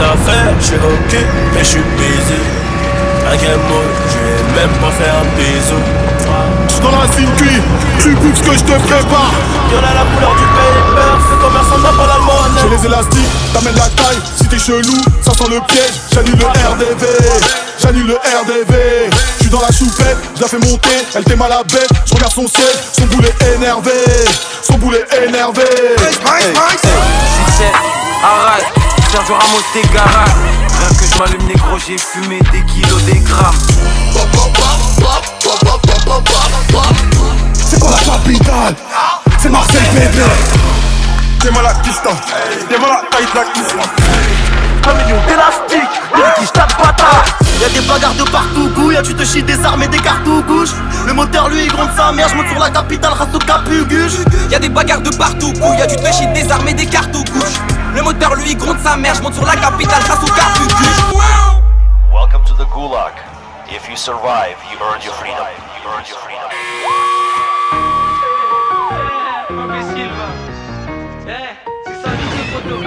affaires, j'suis ok, mais j'suis busy. Un game mode, j'vais même pas faire un bisou. Dans la circuit, tu goûtes ce que je te prépare. Y'en a la couleur du paper, c'est commerçant n'a pas la monnaie. J'ai les élastiques, t'amènes la taille. Si t'es chelou, ça sent le piège. J'annule le RDV, j'annule le RDV. J'suis dans la choupette, j'la fais monter. Elle t'aime à la bête, j'regarde son siège. Son boulet énervé, son boulet énervé. Succès, arrête, Sergio Ramos t'es garage. Rien que je m'allume négro, j'ai fumé des kilos, des grammes. C'est pas la capitale, c'est Marseille bébé. T'es malade Kistan, t'es malade taille la Kistan. Un million d'élastiques, les qui j'tape bâtard. Y'a des bagarres de partout, gouille, tu te chies des armes et des cartouches. Le moteur lui il gronde sa mère, j'monte sur la capitale, race au capuguche. Y'a des bagarres de partout, gouille, tu te chies des armes et des cartouches. Le moteur lui gronde sa mère, j'monte sur la capitale, race au capuguche. Welcome to the Gulag. If you survive, you earned your freedom. You earned your freedom. C'est ça, les photos.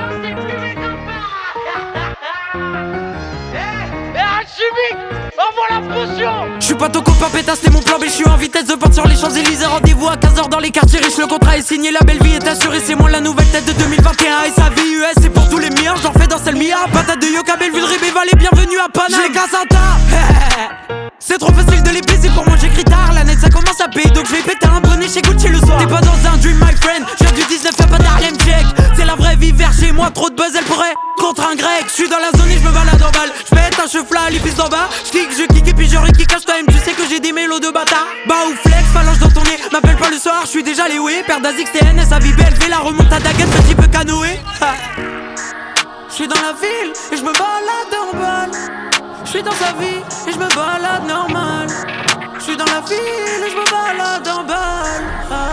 Envoie la potion. J'suis pas ton copain pétasse, c'est mon plan B. J'suis en vitesse de pointe sur les Champs-Élysées. Rendez-vous à 15h dans les quartiers riches. Le contrat est signé, la belle vie est assurée. C'est moi la nouvelle tête de 2021. Et sa vie US, c'est pour tous les miens. J'en fais dans celle mia. Patate de Yoka, Belleville, Ribé Valley. Bienvenue à Paname. J'l'ai casse un tas. C'est trop facile de les baiser, pour moi j'écris tard. La net ça commence à payer, donc je vais péter un bonnet chez Gucci le soir. T'es pas dans un dream my friend, je viens du 19, y'a pas d'Harlem Shake. C'est la vraie vie vers chez moi, trop de buzz elle pourrait contre un grec. J'suis dans la zone et j'me balade en balle. J'pète un cheveu à l'épice d'en bas. J'kick, je kick et puis je rekick. Cache toi-même, tu sais que j'ai des mélos de bâtard. Bah ou flex, phalange dans ton nez. M'appelle pas le soir, j'suis déjà les ouais. Père d'Azix, TNS, sa vie belle. Fais la remonte à Daguette, petit peu canoë. J'suis dans la ville et j'me balade en balle. J'suis dans sa vie et j'me balade normal. J'suis dans la ville et j'me balade en balle.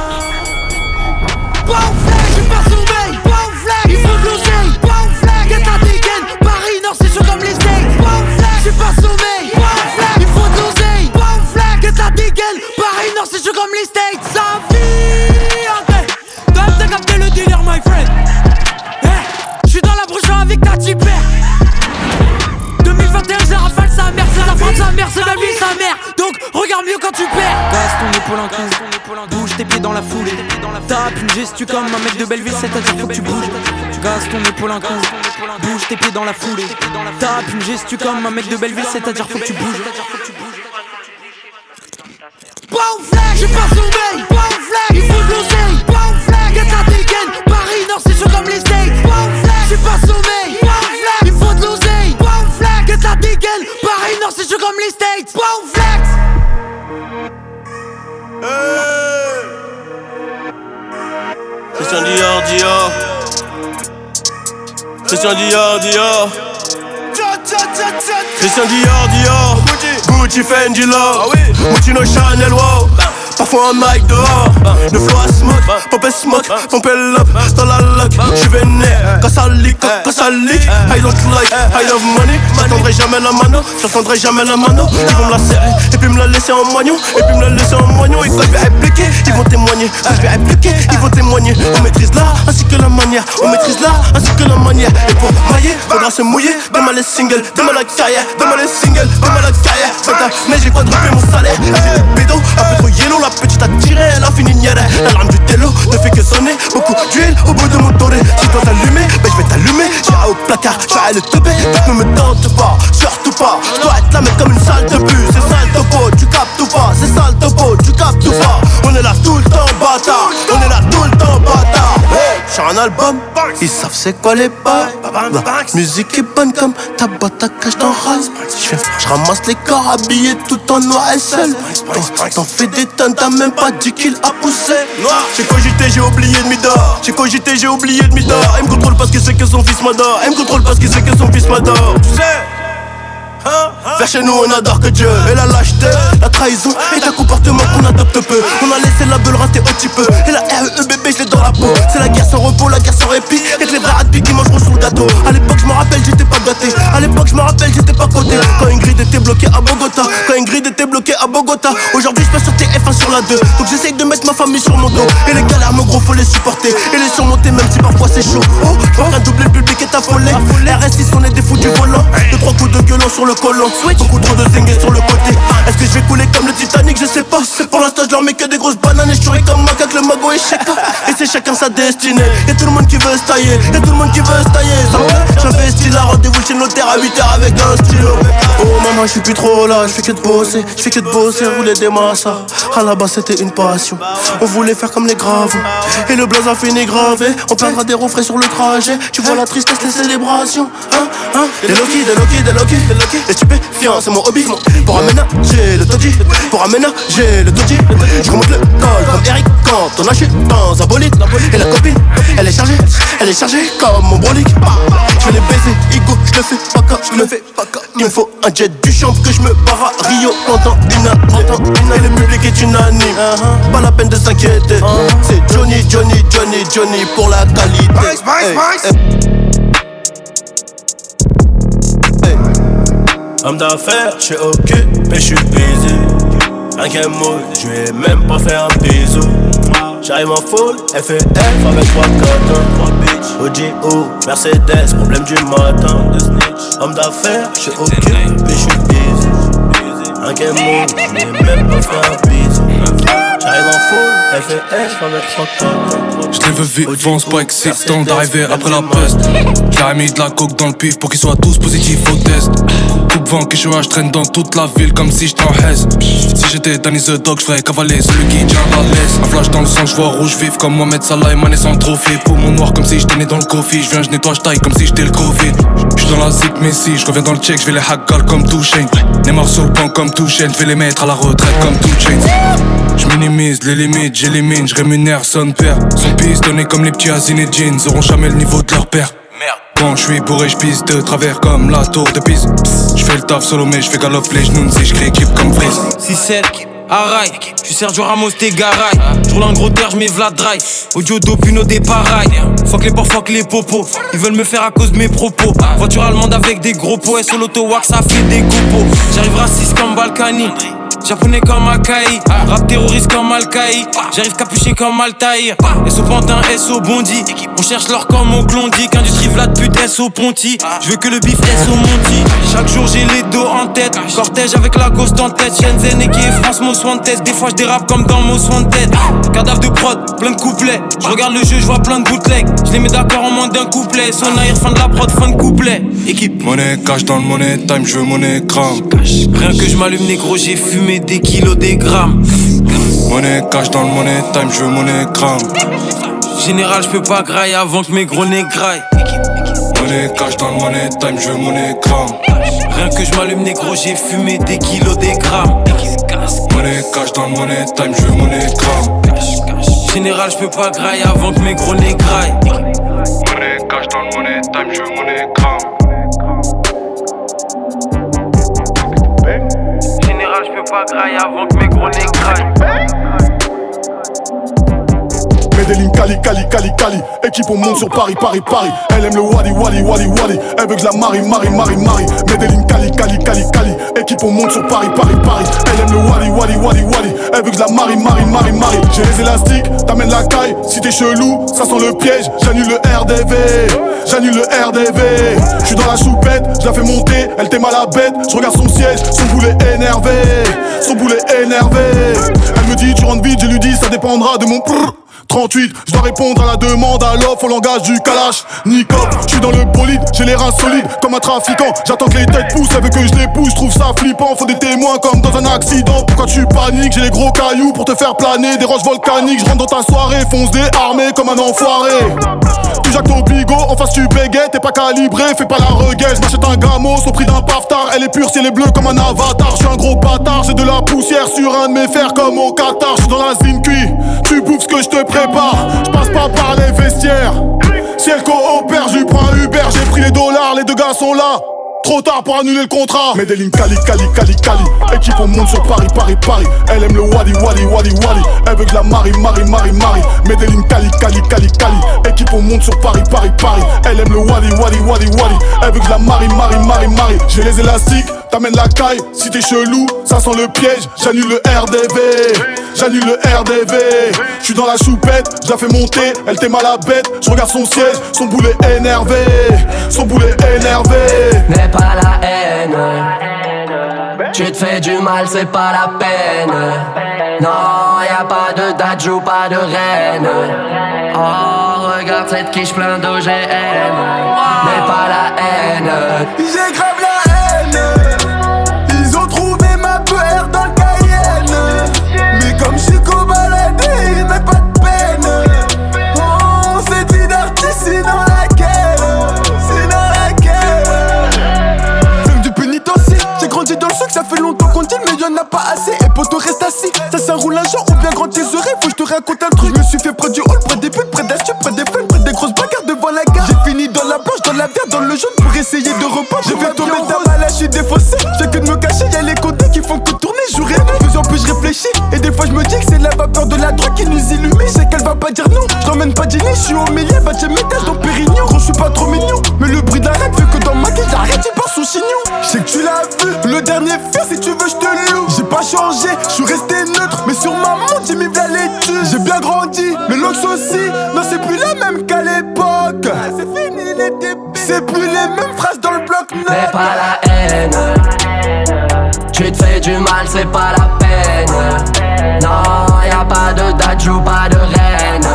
Bon flag, j'suis pas sommeil. Bon flag, il faut de l'oseille. Bon flag, get ta dégaine. Paris Nord c'est chaud comme les States. Bon flag, j'suis pas sommeil. Bon flag, il faut de l'oseille. Bon flag, get ta dégaine. Paris Nord c'est chaud comme les States. Sa vie, ok. Toi t'as capté le délire my friend. J'suis dans la broche avec ta tipère. 2021 j'ai rafale sa mère, c'est la fin de sa mère, c'est la vie sa mère. Donc regarde mieux quand tu perds. Casse ton épaule en coup, bouge tes pieds dans la foulée. Tape une gestu comme un mec de Belleville, c'est-à-dire faut que tu bouges. Casse ton épaule en coup, bouge tes pieds dans la foulée. Tape une gestu comme un mec de Belleville, c'est-à-dire faut que tu bouges. Bon flag, j'suis pas sommeil. Bon flag, il faut de l'oseille. Bon flag, get ta dégaine. Paris Nord c'est chaud comme les States. Bon flag, j'suis pas sommeil. Bon flag, il faut de l'oseille. Bon flag, get ta dégaine. Paris Nord c'est chaud comme les States. Bon flag. Christian Dior, Dior. Christian Dior, Dior. Christian Dior, Dior. Gucci, Fendi, Love. Moutino, Chanel, wow. Parfois un mic dehors, le flow à smoke, pompe smoke, pompe l'up, dans la lock, j'suis vénère, quand ça leak, I don't like, I love money, j'attendrai jamais la mano, ils vont me la serrer, et puis me la laisser en moignon, et quand je vais répliquer, ils vont témoigner, on maîtrise l'art, ainsi que la manière, et pour mailler, faudra se mouiller, demain les singles, demain la carrière, mais j'ai quadruplé mon salaire, j'ai des pédos, un peu trop yellow, la petite a tiré, elle a fini nière. L'alarme du télo ne fait que sonner. Beaucoup d'huile au bout de mon torré. Si toi t'allumer, ben je vais t'allumer. J'irai au placard, j'aurai le teubé. Ne me tente pas, surtout pas. Je dois être là mais comme une salle de bus. C'est sale topo, tu captes ou pas. C'est sale topo, tu captes ou pas. On est là tout le temps bâtard. Sur un album, ils savent c'est quoi les bas. La musique est bonne comme ta boîte à cash dans Ralph. Je ramasse les corps habillés tout en noir et seul. T'en fais des tonnes, t'as même pas 10 kills à pousser. J'ai cogité, j'ai oublié de m'idore. Elle me contrôle parce que c'est que son fils m'adore. Tu sais, vers chez nous on adore que Dieu. Et la lâcheté, la trahison et un comportement qu'on adopte peu. On a laissé la beule rater un petit peu. Et la REE bébé je l'ai dans la peau. C'est la guerre sans repos, la guerre sans répit. Et que les vrais radis qui mangeront sous le gâteau. À l'époque je m'en rappelle j'étais pas gâté. À l'époque je me rappelle j'étais pas coté. Quand Ingrid était bloquée à Bogota. Aujourd'hui je passe sur TF1 sur la 2. Donc j'essaye de mettre ma famille sur mon dos. Et les galères mon gros faut les supporter. Et les surmonter même si parfois c'est chaud. Oh, je vois qu'un doublé, le public est affolé. RS6 on est des fous du volant. 2-3 coups de gueulon sur le colon. Beaucoup trop de zingues sur le côté. Est-ce que je vais couler comme le Titanic? Je sais pas. Pour l'instant je leur mets que des grosses bananes. Et je souris comme macaque, le mago et Sheka. Et c'est chacun sa destinée. Y'a tout le monde qui veut se tailler. J'investis là, rendez-vous chez le notaire à 8h avec un stylo. Oh maman je suis plus trop là. Je fais que de bosser, rouler des massas. À la base c'était une passion. On voulait faire comme les graves. Et le blaze a fini gravé. On perdra des refrains sur le trajet. Tu vois la tristesse, les célébrations. Des Loki. Les stupéfiants, c'est mon hobby. Pour aménager le Toji. Je remonte le col comme Eric quand on achète dans un bolide. Et la copine, elle est chargée comme mon brolic. Je vais les baiser, Igo, je le fais pas comme. Il me faut un jet du champ que je me barre à Rio pendant une année. Et le public est unanime. Pas la peine de s'inquiéter. C'est Johnny pour la qualité. Homme d'affaires, j'suis occupé, j'suis busy. Un game mode, j'vais même pas faire un bisou. J'arrive en full, FF avec 3 cotons, 3 bitches. OGO, Mercedes, problème du matin. Homme d'affaires, j'suis occupé, j'suis busy. Un game mode, j'vais même pas faire un bisou. J'arrive en full, FF avec 3 cotons. Je les veux vite, c'est pas excitant d'arriver après la peste. J'l'ai mis de la coke dans le pif pour qu'ils soient tous positifs au test. Coupe vent que je traîne dans toute la ville comme si j'étais en Hesse. Si j'étais Danny the Dog, j'ferais cavaler celui qui tient la laisse. Un flash dans le sang, j'vois rouge vif comme Mohamed Salah et Mané sans trophée. Poumon noir comme si j'étais né dans le coffee. J'viens, j'nettoie, j'taille comme si j'étais le Covid. J'suis dans la zik Messi, j'reviens dans le check, j'vais les hackal comme Touchain. Neymar sur le banc comme Touchain, j'vais les mettre à la retraite comme Touchain. J'minimise les limites, j'élimine, j'rémunère son père. Son pistonné comme les petits Azine et Jeans, auront jamais le niveau de leur père. Quand j'suis bourré, j'pisse de travers comme la tour de Pise. J'fais le taf solo mais j'fais galop les genoux si j'crée équipe comme Freeze. 6-7, Arai, j'suis Sergio Ramos, t'es garay. J'roule un gros terre, j'mets Vlad Dry. Audio Dopuno des pareils. Fuck les porcs, fuck les popos. Ils veulent me faire à cause de mes propos. Voiture allemande avec des gros pots. Et sur l'auto-wax, ça fait des copos. J'arrive raciste comme Balkany. Japonais comme Akai, rap terroriste comme Al-Qaï. J'arrive capuché comme Altaïr. S au Pantin, S au Bondi. On cherche l'or comme au Klondike. Industrie Vlad pute, S au Ponty. J'veux que le bif, S au Monty. Chaque jour j'ai les dos en tête. Cortège avec la ghost en tête. Shenzhen et qui est France, Most Wanted. Des fois j'dérape comme dans Most Wanted. Cadavre de prod, plein de couplets. J'regarde le jeu, j'vois plein de bootlegs. J'les mets d'accord en moins d'un couplet. Sonaïr, fin de la prod, fin de couplet. Équipe. Monnaie cash dans le money time, j'veux monnaie crame. Rien que je m'allume négro, j'ai fumé des kilos, des grammes. Monnaie cash dans le money time, j'veux monnaie crame. Général, j'peux pas grailler avant que mes gros nez graillent. Monnaie cash dans le money time, j'veux monnaie crame. Rien que je m'allume négro, j'ai fumé des kilos, des grammes. Monnaie cash dans le money time, j'veux monnaie crame. Général, j'peux pas grailler avant que mes gros nez graillent. Monnaie cash dans le money time, j'veux monnaie crame. Général, j'peux pas grailler avant que mes gros nez graillent. Medellin, Cali. Équipe, on monte sur Paris. Elle aime le Wally. Elle veut que je la marie. Medellin, Cali. Équipe, on monte sur Paris. Elle aime le Wally. Elle veut que je la marie. J'ai les élastiques, t'amènes la caille. Si t'es chelou, ça sent le piège. J'annule le RDV. J'suis dans la choupette, je la fais monter. Elle t'aime à la bête, je regarde son siège. Son boulet énervé. Elle me dit tu rentres vite, je lui dis ça dépendra de mon prrr. 38, je dois répondre à la demande à l'offre au langage du Kalash. Nikop, je suis dans le bolide, j'ai les reins solides comme un trafiquant. J'attends que les têtes poussent, elle veut que je les pousse, je trouve ça flippant. Faut des témoins comme dans un accident. Pourquoi tu paniques? J'ai les gros cailloux pour te faire planer. Des roches volcaniques, je rentre dans ta soirée, fonce des armées comme un enfoiré. Tu jacques ton bigot, en face tu bégayes, t'es pas calibré, fais pas la regueille. J'm'achète un gamos au prix d'un paftar. Elle est pure, ciel est bleu comme un avatar. J'suis un gros bâtard, j'ai de la poussière sur un de mes fers comme au Qatar. J'suis dans la zincuit, tu bouffes ce que je te prépare. J'passe pas par les vestiaires. Si elle coopère, j'lui prends un Uber. J'ai pris les dollars, les deux gars sont là. Trop tard pour annuler le contrat. Medellin, Cali, Cali, Cali, Cali. Équipe on monte sur Paris, Paris, Paris. Elle aime le Wally, Wally, Wally, Wally. Elle veut que la Marie, Marie, Marie, Marie. Medellin, Cali, Cali, Cali, Cali. Équipe on monte sur Paris, Paris, Paris. Elle aime le Wally, Wally, Wally, Wally. Elle veut que la Marie, Marie, Marie, Marie. J'ai les élastiques, t'amènes la caille. Si t'es chelou, ça sent le piège. J'annule le RDV, j'annule le RDV. J'suis dans la choupette, j'la fais monter. Elle t'aime à la bête, j'regarde son siège. Son boulet énervé, son boulet énervé. N'aie pas la haine. Tu te fais du mal, c'est pas la peine. Non, y'a pas de date, joue pas de reine. Oh, regarde cette quiche plein d'OGM. N'aie pas la haine. J'ai grave la haine. Ils ont trouvé ma PR dans le Cayenne. Mais comme je suis cobaladé, ils mettent pas de peine. Oh, cette vie d'artiste, c'est dans laquelle. C'est dans laquelle. Même du pénitencier, j'ai grandi dans le souk, ça fait longtemps qu'on dit, mais y'en a pas assez. Et poto reste assis, ça s'enroule un jour ou bien grand tesorerie. Faut que je te raconte un truc. Je me suis fait près du hall, près des putes, près d'astuces, près des fans, près des grosses bagarres devant la gare. J'ai fini dans la blanche, dans la verte, dans le jaune pour essayer de repas. Je vais tomber ta balle, je suis défaussé. J'ai que de me cacher, y'a les côtés qui font que tourner jour et nuit. De plus en plus je réfléchis, et des fois je me dis que c'est la vapeur de la drogue qui nous illumine. Je sais qu'elle va pas dire non, je t'emmène pas dîner, je suis au milieu, 20ème étage dans Pérignon. Gros, je suis pas trop mignon, mais le bruit d'arrête fait que dans ma gueule, j'arrête, il part sous chignon. Je sais que tu l'as vu, le dernier fer, si tu veux, je te loue. J'ai pas changé, je suis resté neutre, mais sur ma montre, j'ai mis v'là les tues. J'ai bien grandi, mais l'ox aussi, non, c'est plus la même qu'à l'époque. C'est fini les débuts, c'est plus les mêmes phrases dans le bloc-notes. N'aie pas la haine. Tu te fais du mal, c'est pas la peine. Non, y'a pas de date, joue pas de reine.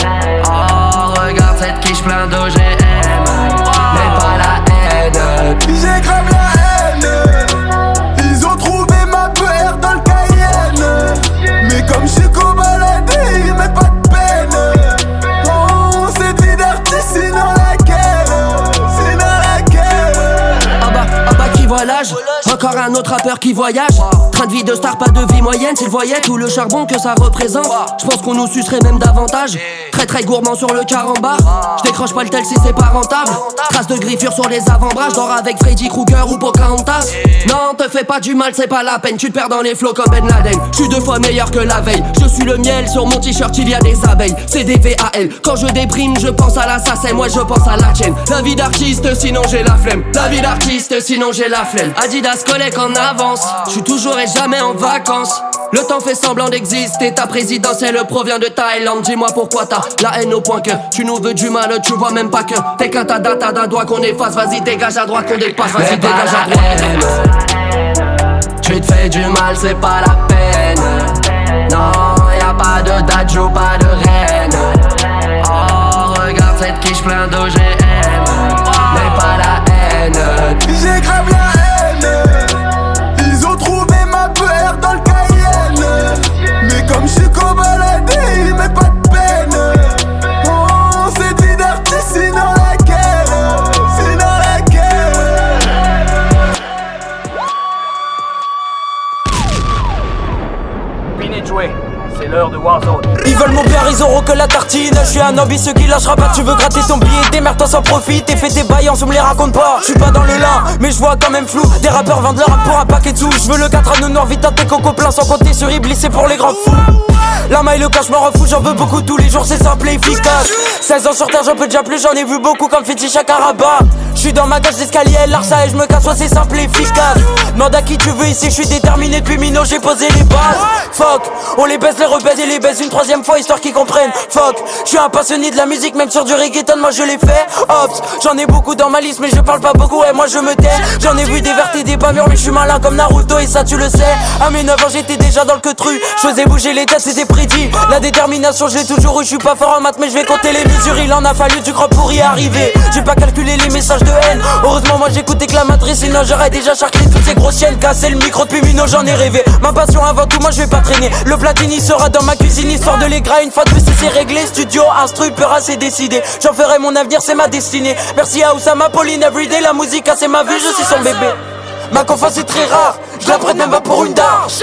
Oh, regarde cette quiche plein d'OGM. N'aie pas la haine. J'ai grave la haine. Ils ont trouvé ma PR dans le Cayenne. Mais comme je suis cobaladé, ils mettent pas de peine. Oh, cette vie d'artiste, c'est dans laquelle. C'est dans laquelle. Ah bah qui voit l'âge. Encore un autre rappeur qui voyage. Train de vie de star, pas de vie moyenne. S'il voyait tout le charbon que ça représente, je pense qu'on nous sucerait même davantage. Très très gourmand sur le carambar. Je décroche pas le tel si c'est pas rentable. Traces de griffures sur les avant-bras. Je dors avec Freddy Krueger ou Pocahontas. Non, te fais pas du mal, c'est pas la peine. Tu te perds dans les flots comme Ben Laden. Je suis 2 fois meilleur que la veille. Je suis le miel, sur mon t-shirt il y a des abeilles. C'est des VAL. Quand je déprime, je pense à l'assassin. Moi je pense à la tienne. La vie d'artiste, sinon j'ai la flemme. La vie d'artiste, sinon j'ai la flemme. Adidas collègue en avance. Je suis toujours et jamais en vacances. Le temps fait semblant d'exister. Ta présidentielle provient de Thaïlande. Dis-moi pourquoi t'as la haine au point que tu nous veux du mal. Tu vois même pas que t'es qu'un tas d'ata d'un doigt qu'on efface. Vas-y dégage à droite qu'on dépasse. Vas-y dégage à droite. Tu te fais du mal, c'est pas la peine. Non, y'a pas de date, joue pas de reine. Oh, regarde cette quiche plein d'OGM. N'aie pas la haine. J'ai grave la haine. Ils ont trouvé ma PR dans le Cayenne. Mais comme je suis cobaladé, ils mettent pas de peine. Oh, cette vie d'artiste, c'est dans laquelle. C'est dans laquelle. Fini de jouer, c'est l'heure de Warzone. Ils veulent mon beurre, ils auront que la tartine. Je suis un ambitieux qui lâchera pas. Tu veux gratter ton billet, démerde-toi sans profit. T'es fait tes baillants, on me les raconte pas. Je suis pas dans le lin, mais je vois quand même flou. Des rappeurs vendent leur rap pour un paquet de sous. Je veux le 4 à nous noir, vite à tes cocos plein. Sans compter sur Iblis, c'est pour les grands fous. La maille, le cash, m'en refous, j'en veux beaucoup tous les jours, c'est simple et efficace. 16 ans sur terre, j'en peux déjà plus, j'en ai vu beaucoup comme Fetty Chakaraba. J'suis dans ma cage d'escalier, Larsa et j'me casse, soit c'est simple et efficace. Demande à qui tu veux ici, j'suis déterminé depuis Mino, j'ai posé les bases. Fuck, on les baisse, les rebaise et les baise une 3ème fois histoire qu'ils comprennent. Fuck, j'suis un passionné de la musique, même sur du reggaeton, moi je l'ai fait. Ops, j'en ai beaucoup dans ma liste, mais je parle pas beaucoup, et moi je me tais. J'en ai vu des vertes et des pas mûrs, mais j'suis malin comme Naruto, et ça tu le sais. À mes 9 ans, j'étais déjà dans le queutru, j'faisais bouger les têtes, c'était prédit. La détermination, j'ai toujours eu, j'suis pas fort en maths, mais j'vais compter les mesures. Il en a fallu du gros pour y arriver. J'ai pas calculé les messages de haine. Heureusement, moi j'écoutais que la matrice, sinon j'aurais déjà charclé toutes ces grosses chiennes. Casser le micro depuis Mino, j'en ai rêvé. Ma passion avant tout, moi je vais pas traîner. Le platini sera dans ma cuisine, histoire de les gras. Une fois de plus, c'est réglé. Studio, instru, peur, c'est décidé. J'en ferai mon avenir, c'est ma destinée. Merci à Oussama, Pauline, everyday. La musique, c'est ma vie, je suis son bébé. Ma confiance est très rare, je la prête même pas pour une dard.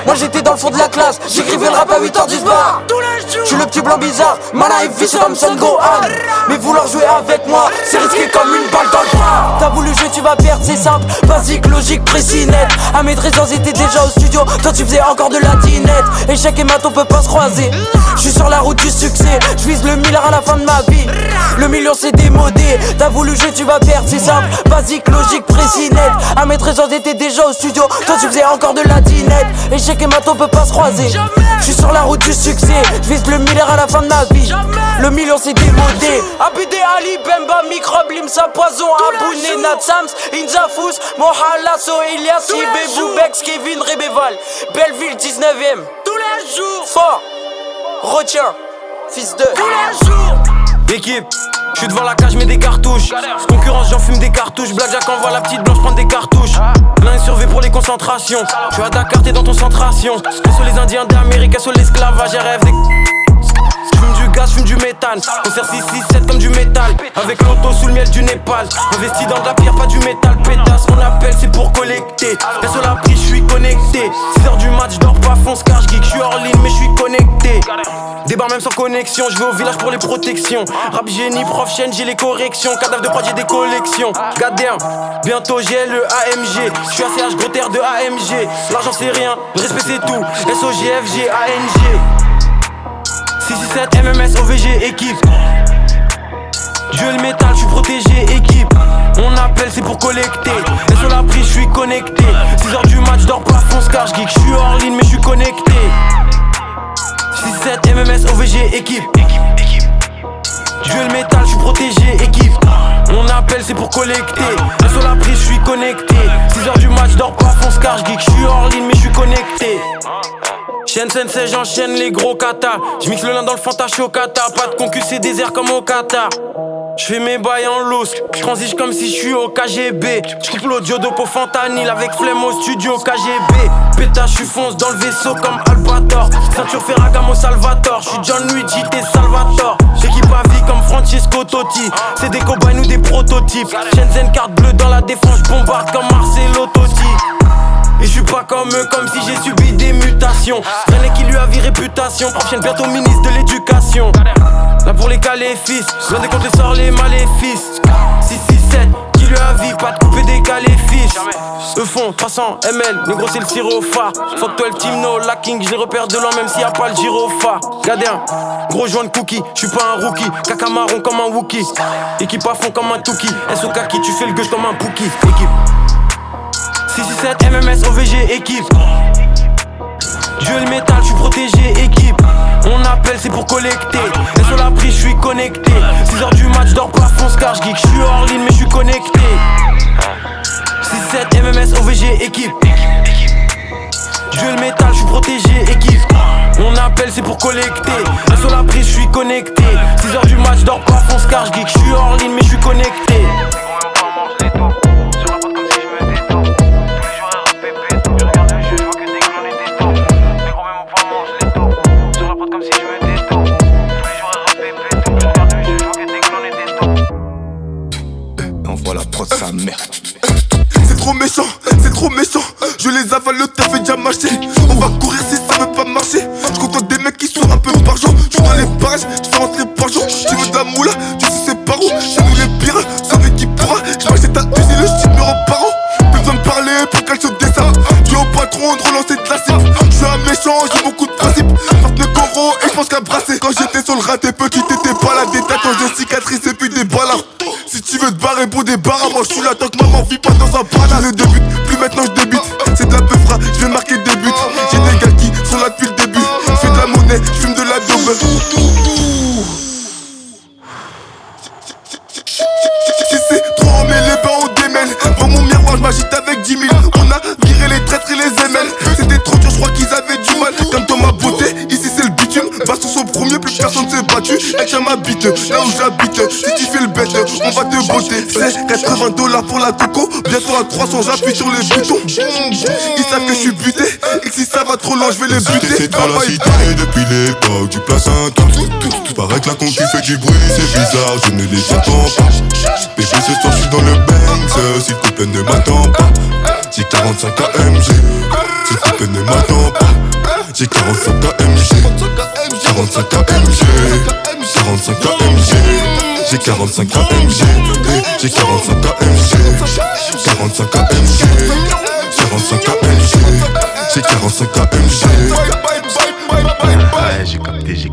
Moi j'étais dans le fond de la classe, j'écrivais le rap à 8h10 bar. Je suis le petit blanc bizarre, ma life vie c'est comme Son Gohan. Mais vouloir jouer avec moi, c'est risqué comme une balle dans le bras. T'as voulu jouer, tu vas perdre, c'est simple, basique, logique, précis, net. À mes trésors étaient déjà au studio, toi tu faisais encore de la dinette. Échec et mat on peut pas se croiser. Je suis sur la route du succès, je vise le milliard à la fin de ma vie. Le million c'est démodé, t'as voulu jouer, tu vas perdre, c'est simple, basique, logique, précis, net. À mes trésors étaient déjà au studio, toi tu faisais encore de la dinette. Échec et mat on peut pas se croiser. Je suis sur la route du succès, je vise le milliard à la fin de ma vie. Le million c'est démodé. Abidé Ali, Bemba, Microbe, Limsa, Poison, Abouné, Nat Sams, Inzafous, Mohalasso, Elias, Ibé, Bex, Kevin, Rébéval, Belleville, 19ème. Tous les jours, fort, retiens, fils de. Tous les jours. Équipe, je suis devant la cage, mets des cartouches. Concurrence, j'en fume des cartouches. Blackjack envoie la petite blanche prendre des cartouches. L'un est surveillé pour les concentrations. Je suis à Dakar, t'es dans ton centration. Sur les Indiens d'Amérique, sur l'esclavage, j'ai rêve des. J'fume du gaz, j'fume du méthane. On sert 667 comme du métal. Avec l'auto sous le miel du Népal. Investi dans de la pierre, pas du métal. Pétasse, mon appel c'est pour collecter. Reste sur la prise, j'suis connecté. 6h du match, j'dors pas, fonce car j'geek. J'suis hors ligne, mais j'suis connecté. Débarre même sans connexion, j'vais au village pour les protections. Rap génie, prof chaîne, j'ai les corrections. Cadavre de prod, j'ai des collections. Gadern, bientôt j'ai le AMG. J'suis ACH, gros terre de AMG. L'argent c'est rien, le respect c'est tout. SOGFG, ANG. 667 MMS OVG équipe. Dieu le métal, je suis protégé équipe. Mon appel c'est pour collecter. Et sur la prise je suis connecté. 6h du match, dors pas, fonce car j'geek. Je suis hors ligne mais je suis connecté. 667 MMS OVG équipe. Dieu le métal, je suis protégé équipe. Mon appel c'est pour collecter. Et sur la prise je suis connecté. 6h du match, dors pas, fonce car j'geek. Je suis hors ligne mais je suis connecté. Chaîne sensei, j'enchaîne les gros katas. J'mixe le lin dans le Fanta, j'suis au kata. Pas de concu, c'est désert comme au Qatar. J'fais mes bails en loose, j'transige comme si j'suis au KGB. J'coupe l'audio d'Oppo Fentanyl avec flemme au studio KGB. Pétage, j'suis fonce dans le vaisseau comme Albator. Ceinture Ferragamo Salvatore, j'suis John Luigi, t'es Salvatore. Équipe à vie comme Francesco Totti. C'est des cobayes ou des prototypes. Shenzhen carte bleue dans la défense, j'bombarde comme Marcelo Totti. Et je suis pas comme eux, comme si j'ai subi des mutations. René qui lui a vie réputation, prochaine bientôt ministre de l'éducation. Là pour les caléfis, l'un des comptes les sort les maléfices. 667, qui lui a vie, pas de couper des caléfis. Eux font 300 ml, négro c'est le syropha. Fuck 12 team no lacking, je les repère de loin même s'il y a pas le gyropha. Gadin, gros joint de cookie, je suis pas un rookie. Caca marron comme un Wookie, équipe à fond comme un Touki. SOK qui tu fais le gueule comme un Pookie. Équipe 667 MMS OVG équipe. Dieu le métal, je suis protégé équipe. Mon appel c'est pour collecter. Et sur la prise je suis connecté. 6h du match, dors pas, fonce car j'geek. Je suis hors ligne mais je suis connecté. 667 MMS OVG équipe. Dieu le métal, je suis protégé équipe. Mon appel c'est pour collecter. Et sur la prise je suis connecté. 6h du match, dors pas, fonce car j'geek. Je suis hors ligne mais je suis connecté. Sa mère. C'est trop méchant, c'est trop méchant. Je les avale, le taf est déjà marché. On va courir si ça veut pas marcher. Je contente des mecs qui sont un peu par jour. Je suis dans les barrages, je fais rentrer par jour. Tu veux de la moula, tu sais c'est par où. C'est nous les pires, celui qui pourra. Je m'achète ta usine, le shit me rend parent. Plus besoin de parler pour qu'elle se descende. Tu es au patron de relancer de la cible. Je suis un méchant, j'ai beaucoup de principes. 29 euros et je pense qu'à brasser. Quand j'étais sur le rat, t'es petit, t'étais pas là. Des tatouages, des cicatrices et puis des balards. Si tu veux te barrer pour des barres, moi je suis là tant que maman vit pas dans un banane. Je débute, plus maintenant je débute. C'est de la peufra, je vais marquer des buts. J'ai des gars qui sont là depuis le début. Je fais de la monnaie, je fume de la daube. Si c'est trop emmêlé, ben on démêle. Dans mon miroir, je m'agite avec 10 000. On a viré les traîtres et les ML. C'était trop dur, je crois qu'ils avaient du mal. Comme dans ma beauté, ici c'est le bitume. Va sur son premier, plus personne s'est battu. Elle tient ma bite, là où j'habite. Si tu fais le bête, on va te botter. C'est $80 pour la coco. Bientôt à 300, j'appuie sur les boutons. Ils savent que je suis buté. Et que si ça va trop loin, je vais les buter. C'est dans la cité depuis les l'époque du placenta. Paraît que la concu fait du bruit, c'est bizarre, je ne les attends pas. Bébé ce soir je suis dans le Benz, s'il te plaît ne m'attends pas. J'ai 45 AMG, s'il te plaît ne m'attends pas. J'ai 45 AMG, 45 AMG, 45 AMG. J'ai 45 AMG, j'ai 45 AMG, 45 AMG, 45 AMG, j'ai 45 AMG. Ouais, j'ai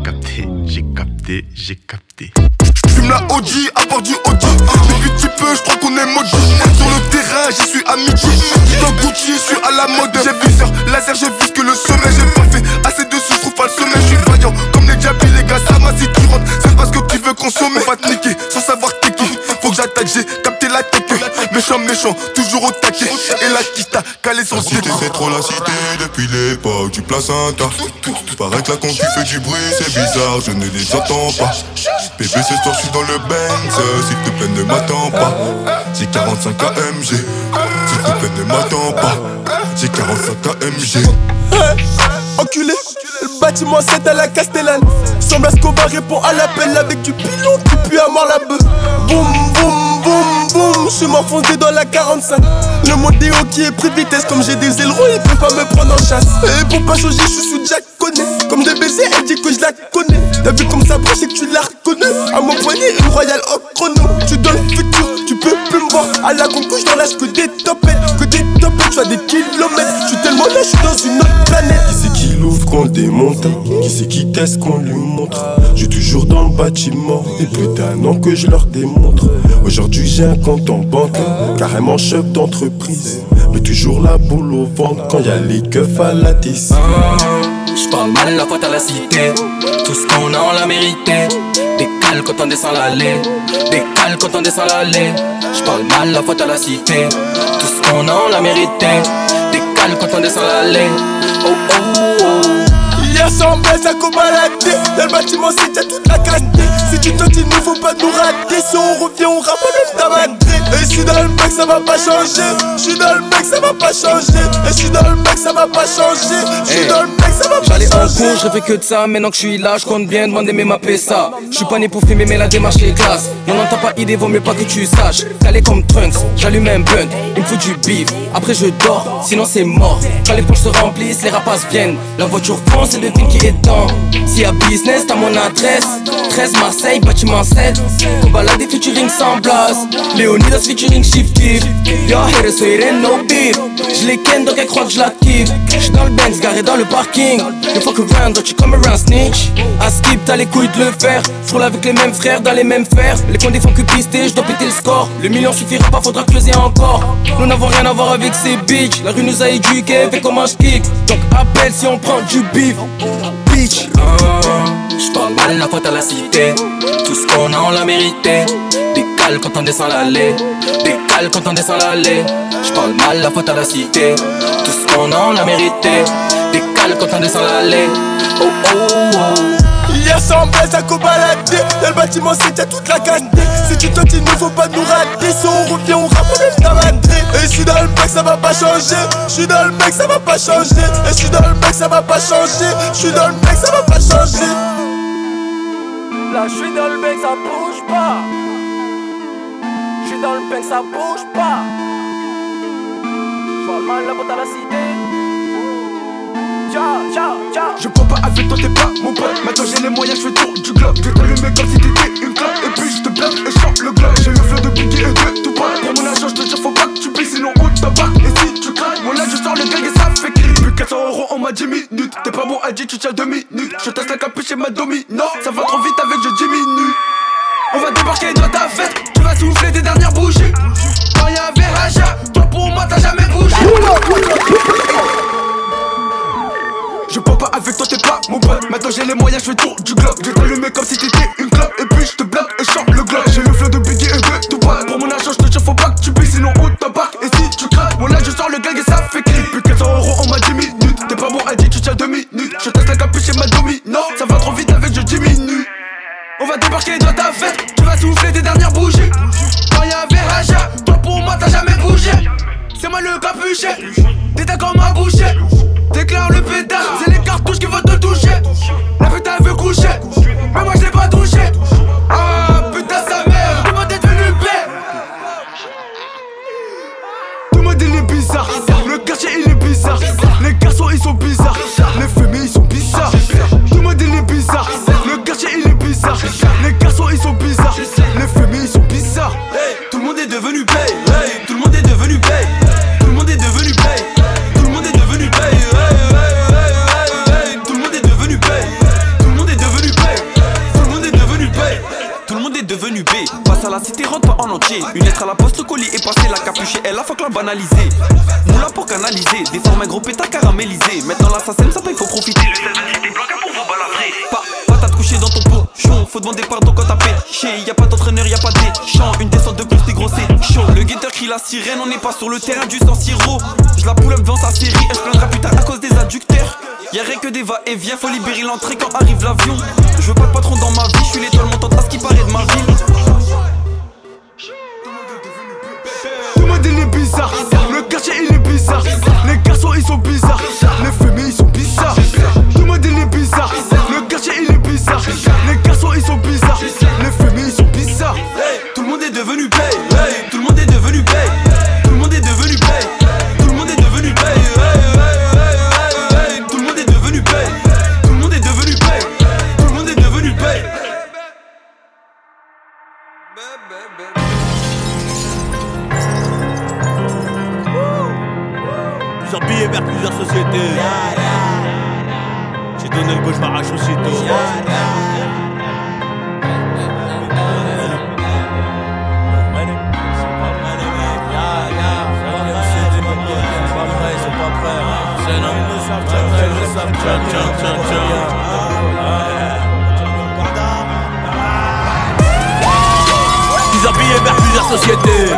capté. Fume la OG, à part du OG. Depuis petit peu, je crois qu'on est maudit. Sur le terrain, j'y suis à midi. Dans Gucci, je suis à la mode. J'ai viseur, laser, j'ai vu que le sommet. J'ai pas fait assez de sous, je trouve pas le sommet. Je suis vaillant, comme les diables, les gars. Ça m'a si tu rentres, c'est parce que tu veux consommer. On va te niquer, sans savoir t'es qui. Faut que j'attaque, j'ai capté la tech. Méchant, toujours au taquet. Et la kita, calé sur le cité, c'est trop la cité depuis l'époque du placenta. Paraît que la concu fait du bruit, c'est bizarre, je ne les entends pas. Bébé ce soir je suis dans le Benz, s'il te plaît ne m'attends pas. J'ai 45 AMG, s'il te plaît ne m'attends pas. J'ai 45 AMG. Enculé, le bâtiment 7 à la Castellane. Semble Escobar répond à l'appel avec du pilon qui pue à mort la beuh. Boum, boum, boum, boum, je m'enfoncé dans la 45. Le modéo qui est pris vitesse, comme j'ai des ailerons, il peut pas me prendre en chasse. Et pour pas changer, je suis sous Jack Conné. Comme des baisers, elle dit que je la connais. T'as vu comme ça broche et que tu la reconnais. À mon poignet, une royale au chrono. Tu dans le futur, tu peux plus me voir. À la concouche, dans l'âge que des topettes. Tu as des kilomètres. Je suis tellement là, je suis dans une autre planète. Qui c'est qui l'ouvre qu'on démonte? Qui c'est qui teste qu'on lui montre? Je suis toujours dans le bâtiment. Et plus d'un an que je leur démontre. Aujourd'hui j'ai un compte en banque, carrément chef d'entreprise. Mais toujours la boule au ventre quand y'a les keufs à la tisse. J'parle mal, la faute à la cité. Tout ce qu'on a on l'a mérité. Décale quand on descend l'allée. Décale quand on descend l'allée. J'parle mal, la faute à la cité. Tout ce qu'on a on l'a mérité. Décale quand on descend l'allée. Oh oh oh. Y'a 100 baisse à co-balader. Dans le bâtiment c'est y'a toute la qualité. Si tu te dis nous faut pas nous rater. Si on revient on rappe même ta madré. Et je suis dans le mec ça va pas changer. Je suis dans le mec ça va pas changer. Et je suis dans le mec ça va pas changer. Je suis dans le mec ça va pas changer. J'allais en cours, je rêvais que de ça. Maintenant que je suis là, je compte bien demander mes mappés ça. Je suis pas né pour filmer mais la démarche est classe. On n'entend pas idée, vaut mieux pas que tu saches. Calé comme Trunks, j'allume un blunt. Il me faut du beef, après je dors, sinon c'est mort. Quand les poches se remplissent, les rapaces viennent. La voiture fonce et devine qui est temps. S'il y a business, t'as mon adresse. 13 Marseille, bâtiment 7. On balade des featuring sans blase. Léonidas featuring Shift Keep. Yo, haters, so it ain't no beef. Je les ken donc elle croit que je la kiffe. J'suis dans le Benz, garé dans le parking. You fuck around, don't you come around snitch. À skip, t'as les couilles de le faire. J'roule avec les mêmes frères, dans les mêmes fers. Les cons défendent que pister, j'dois péter le score. Le million suffira pas, faudra creuser encore. Nous n'avons rien à voir avec ces bitches. La rue nous a éduqués, fait comment j'kick. Donc appelle si on prend du beef. Bitch. J'parle mal, la faute à la cité. Tout ce qu'on a on l'a mérité. Décale quand on descend l'allée. Décale quand on descend l'allée. J'parle mal, la faute à la cité. Tout ce qu'on a on l'a mérité. Décale quand on descend l'allée. Oh oh oh. Y'a 100 baisse à co-balader. Dans le bâtiment c'est y'a toute la qualité. Si tu te dis nous faut pas nous rater. Si on revient on rappe même ta madré. Et je suis dans le mec ça va pas changer. Je suis dans le mec ça va pas changer. Et je suis dans le mec ça va pas changer. Je suis dans le mec ça va pas changer. Là je suis dans le bec, ça bouge pas. Je suis dans le bec, ça bouge pas. J'parle mal, la faute à la cité. Je peux pas avec toi, t'es pas mon pote. Maintenant j'ai les moyens, je fais tour du globe. Je t'allume comme si t'étais une clope. Et puis je te bloque et chante le globe. J'ai le flow de Biggie et de Tupac. Pour mon argent, je te dis faut pas que tu payes, sinon on t'embarque. Et si tu craques, moi là je sors le gang et ça fait clic. Plus 400 € en ma 10 minutes. T'es pas bon à dire, tu tiens 2 minutes. Je teste la capuche et ma domi. Non, ça va trop vite avec je diminue. On va débarquer dans ta fête. Tu vas souffler tes dernières bougies. Quand y'a un verre à chat, toi pour moi t'as jamais bougé. Je peux pas avec toi, t'es pas mon pote. Maintenant j'ai les moyens, je fais tour du globe. Je t'allume comme si t'étais une clope. Et puis je te bloque et chante le globe. J'ai le flow de Biggie et de Tupac. Pour mon argent, je te dis faut pas que tu payes, sinon on t'embarque. Et si tu craques, moi là je sors le gang et ça fait clic. Plus 400 € en ma 10 minutes. T'es pas bon à dire, tu tiens 2 minutes. Je teste la capuche et ma domi. Non, ça va trop vite avec je diminue. On va débarquer dans ta fête. Tu vas souffler tes dernières bougies. Quand y'a un verre à chat, toi pour moi t'as jamais bougé. C'est moi le capuchet. T'étais comme un boucher. Déclare le pétard, c'est les cartouches qui vont te toucher. La putain la cité rentre pas en entier. Une lettre à la poste, le colis est passé, la capuche et elle a fuck la banaliser. Moula pour canaliser, des formes un gros pétard caramélisé. Maintenant l'assassin ça paye, faut profiter. Le 7 cité blanca pour vous balafrer. Pas t'as te coucher dans ton pot, chaud. Faut demander pardon quand t'as péché. Y'a pas d'entraîneur, y'a pas des champs. Une descente de plus, t'es gros, c'est chaud. Le guetteur crie la sirène, on n'est pas sur le terrain du sang sirop. Je la pull up dans sa série, elle se plaindra plus tard à cause des adducteurs. Y'a rien que des va-et-vient, faut libérer l'entrée quand arrive l'avion. Je veux pas de patron dans ma vie, je suis l'étoile montante à ce qui paraît de ma ville. Tout le monde il est bizarre, le quartier il est bizarre. Les garçons ils sont bizarres, les femmes ils sont bizarres. Tout le monde il est bizarre, le quartier il est bizarre. Les garçons ils sont bizarres, les femmes ils sont bizarres. Tout le monde est devenu paye, tout le monde est devenu paye. Tout le monde est devenu paye, tout le monde est devenu paye. Tout le monde est devenu paye, tout le monde est devenu paye. Tout le monde est devenu paye. Plusieurs billets vers plusieurs sociétés. J'ai donné le go, je m'arrache aussitôt. Plusieurs billets vers plusieurs sociétés.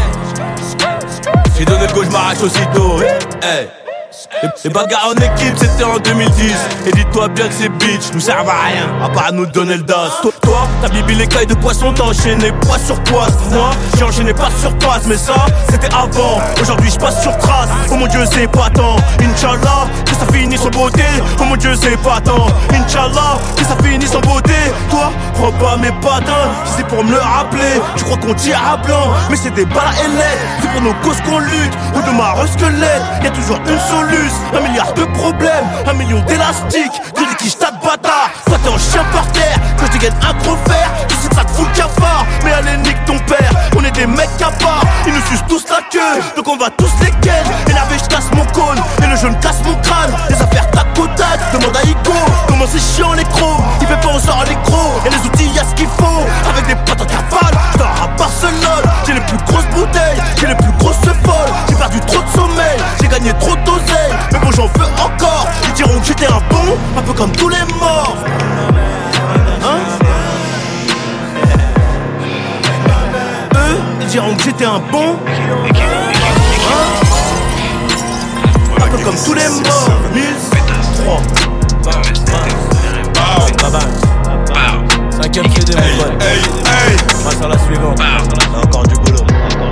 J'ai donné le go, je m'arrache aussitôt. Hey. Les bagarres en équipe c'était en 2010. Et dis-toi bien que ces bitches nous servent à rien à part nous donner le das. Toi, t'as bibi les cailles de poisson, t'as enchaîné poids sur poids. Moi, j'ai enchaîné pas sur passe. Mais ça, c'était avant. Aujourd'hui je passe sur trace. Oh mon Dieu c'est pas tant. Inch'Allah, que ça finisse en beauté. Oh mon Dieu c'est pas tant. Inch'Allah, que ça finisse en beauté. Toi, prends pas mes patins. Si c'est pour me le rappeler, tu crois qu'on tire à blanc. Mais c'est des balles à ailettes. C'est pour nos causes qu'on lutte. Ou de marre squelette, y'a toujours une solution. 1 milliard de problèmes, 1 million d'élastiques. De liquides tas de bâtards. Toi t'es en chien par terre, quand je dégaine un gros fer. Tu sais que ça te fout le cafard, mais allez nique ton père. On est des mecs cafards, ils nous sucent tous la queue. Donc on va tous les ken. Énervé je casse mon cône, et le jeune casse mon crâne. Les affaires tac au tac, demande à Ico. Comment c'est chiant les crocs, il fait pas on sort les crocs. Y'a les outils, y'a ce qu'il faut. Avec des potes en cavale, j'dors à Barcelone. J'ai les plus grosses bouteilles, j'ai les plus grosses folles. J'ai perdu trop de sommeil, j'ai gagné trop d'oseille. Mais bon j'en veux encore, ils diront que j'étais un bon. Un peu comme tous les morts. Hein? Eux, ils diront que j'étais un bon. Hein? Un peu comme tous les morts. 1003 5ème CD mon pote. Passe à la suivante. Encore du boulot.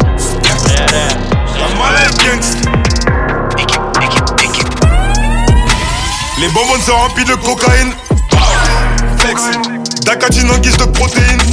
Les bonbons sont remplis de cocaïne. Flex, Dakatine en guise de protéines.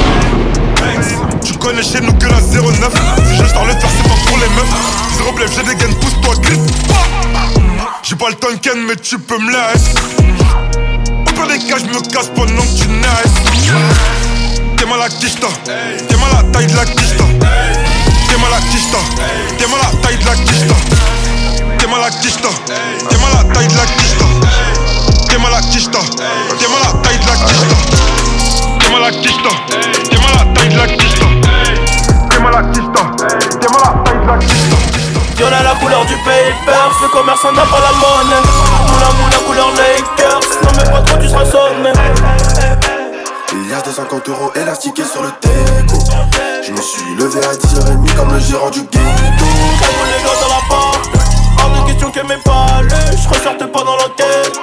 Tu connais chez nous que la 09. Si je sors le faire c'est pas pour les meufs. Zéro blef, j'ai des gaines, pousse-toi grip. J'ai pas le temps de ken mais tu peux me laisser. Au pire des cas je me casse pendant que tu naisses. T'es mal à kishta, t'es mal à taille de la kishta. T'es mal à kishta, t'es mal à taille de la kishta. T'es mal à kishta, t'es mal à taille de la kishta. T'es mal à kishta, t'es mal à taille de la kishta. T'es mal à kishta, t'es mal à taille de la kishta. T'es mal à kishta, t'es mal à taille de la kishta. Y'en a la couleur du paper, ce commerçant n'a pas la monnaie. Moula couleur Lakers, non mais pas trop tu seras sonné. Milliard de 50 € élastiqués sur le déco. Je me suis levé à 10h30 comme le gérant du ghetto. Comme les gars dans la porte, hors de question que mes palais, je ressorte pas dans l'enquête.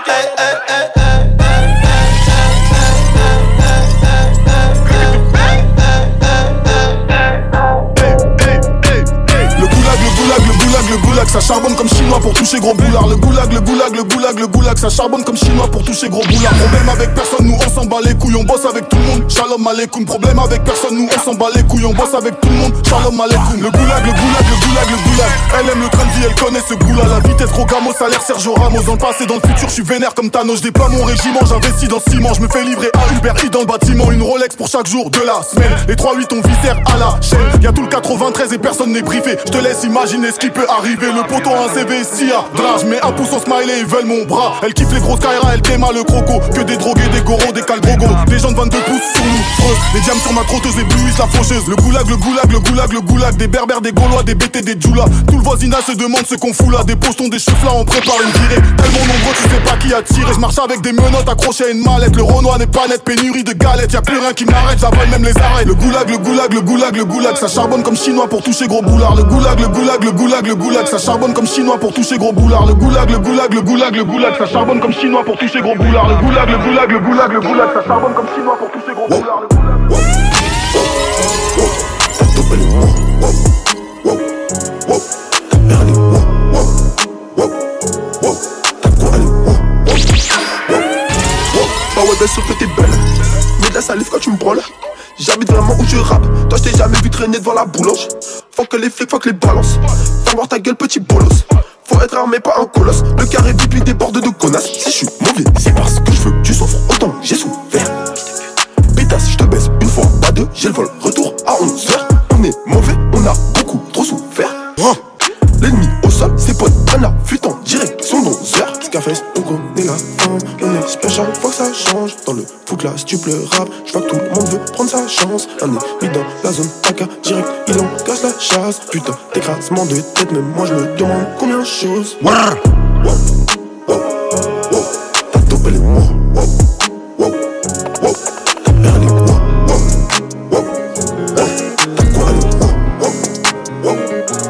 Le goulag, ça charbonne comme chinois pour toucher gros boulard. Le goulag, ça charbonne comme chinois pour toucher gros boulard. Problème avec personne, nous on s'en bat les couilles, on bosse avec tout le monde. Shalom aleikoum. Problème avec personne, nous on s'en bat les couilles, on bosse avec tout le monde. Shalom aleikoum. Le goulag. Elle aime le train de vie, elle connaît ce goût-là. La vitesse, Rogamo, salaire, Sergio Ramos. Dans le passé, dans le futur, je suis vénère comme Thanos. Je déploie mon régiment, j'investis dans ciment. Je me fais livrer à Uber Eats dans le bâtiment. Une Rolex pour chaque jour de la semaine. Les 3-8 on viscère à la chaîne. Y'a tout le 93 et personne n'est briefé. Je te laisse imaginer ce qui peut arriver. Le poteau un CV si à drage. Mais un pouce en smiley, ils veulent mon bras. Elle kiffe les grosses Kaira, elle déma le croco. Que des drogués, des goros, des caldrogos. légende 22 pouces sur nous. Freuse, les diams sur ma trotteuse éblouissent la faucheuse. Le goulag, le goulag, le goulag, le goulag. Des berbères, des gaulois, des BT, des djoulas. Tout le voisinage se demande ce qu'on fout là. Des postons, des chefs là, on prépare une virée. Tellement nombreux, tu sais pas qui a tiré. Je marche avec des menottes accrochées à une mallette. Le Renoir n'est pas net, pénurie de galettes. Y'a plus rien qui m'arrête, j'avale même les arrêts. Le goulag, le goulag, le goulag, le goulag. Ça charbonne comme chinois pour toucher gros boulard. Le goulag, le goulag, le goulag, le goulag. Ça charbonne comme chinois pour toucher gros boulard. Le goulag, le goulag, le goulag, le goulag. Ça charbonne comme chinois pour toucher gros boulard. Le goulag, le goulag, le goulag, le goulag. Ça charbonne comme chinois pour toucher gros boulard. Bah ouais, bien sûr que t'es belle, mais de la salive quand tu me brûles. J'habite vraiment où je rappe. Toi, je t'ai jamais vu traîner devant la boulange. Faut que les flics, faut que les balances. Faut voir ta gueule, petit bolos. Faut être armé, pas un colosse. Le carré vite, lui déborde de connasses. Si je suis mauvais, c'est parce que je veux que tu souffres autant que j'ai souffert. Pétasse, je te baisse une fois, pas deux, j'ai le vol. Retour à 11h. On est mauvais, on a beaucoup trop souffert. L'ennemi au sol, ses potes prennent la fuite en direction d'11h. Scarface, on connaît la fin. On espère chaque fois que ça change. Dans le Footlass, tu pleures rap. J'vois que tout le monde veut prendre sa chance. Un ennemi dans la zone AK, direct, il en casse la chasse. Putain, d'écrasement de tête, même moi je me demande combien de choses. Wow, wow, wow, wow. T'as topé les mots. Wow, wow, wow. T'as perdu les mots. Wow, wow, wow. T'as quoi les mots. Wow, wow, wow.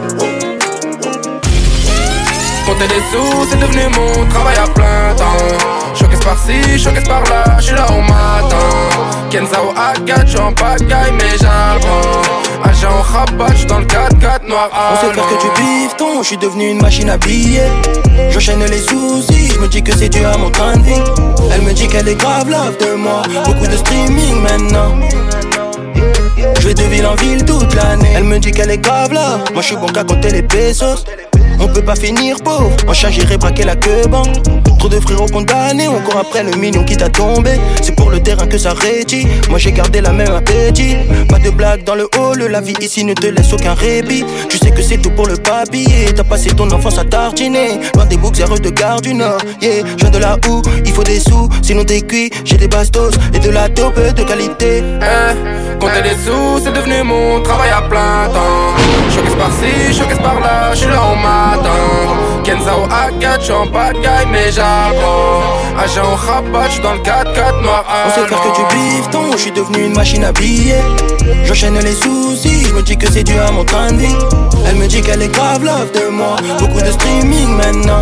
Compter des sous, c'est devenu mon travail à plein temps. Choquesse par-ci, choquesse par-là, j'suis là au matin. Kenza au A4, j'suis en pagaille mais j'apprends. Agent au rabat, j'suis dans le 4x4 noir. On sait faire que tu bifton, j'suis devenu une machine à billets. J'enchaîne les soucis, j'me dis que c'est dû à mon train de vie. Elle me dit qu'elle est grave love de moi, beaucoup de streaming maintenant. Je vais de ville en ville toute l'année. Elle me dit qu'elle est grave là, moi j'suis bon qu'à compter les pesos. On peut pas finir pauvre, en chat j'irai braquer la queue ban. Trop de frérots condamnés, on court après le million qui t'a tombé. C'est pour le terrain que ça rédit, moi j'ai gardé la même appétit. Pas de blague dans le hall, la vie ici ne te laisse aucun répit. Tu sais que c'est tout pour le papier, t'as passé ton enfance à tartiner. Loin des boucs zéro de Gare du Nord, yeah. Je viens de là où il faut des sous, sinon t'es cuit. J'ai des bastos et de la taupe de qualité. Compter les sous, c'est devenu mon travail à plein temps. Choquesse par-ci, choquesse par-là, j'suis là au matin. Kenza au A4, j'suis en pagaille mais j'apprends. Agent au rabat, j'suis dans le 4x4 noir. On sait faire que tu bifton, j'suis devenu une machine à billets. J'enchaîne les soucis, j'me dis que c'est dû à mon train de vie. Elle me dit qu'elle est grave love de moi, beaucoup de streaming maintenant.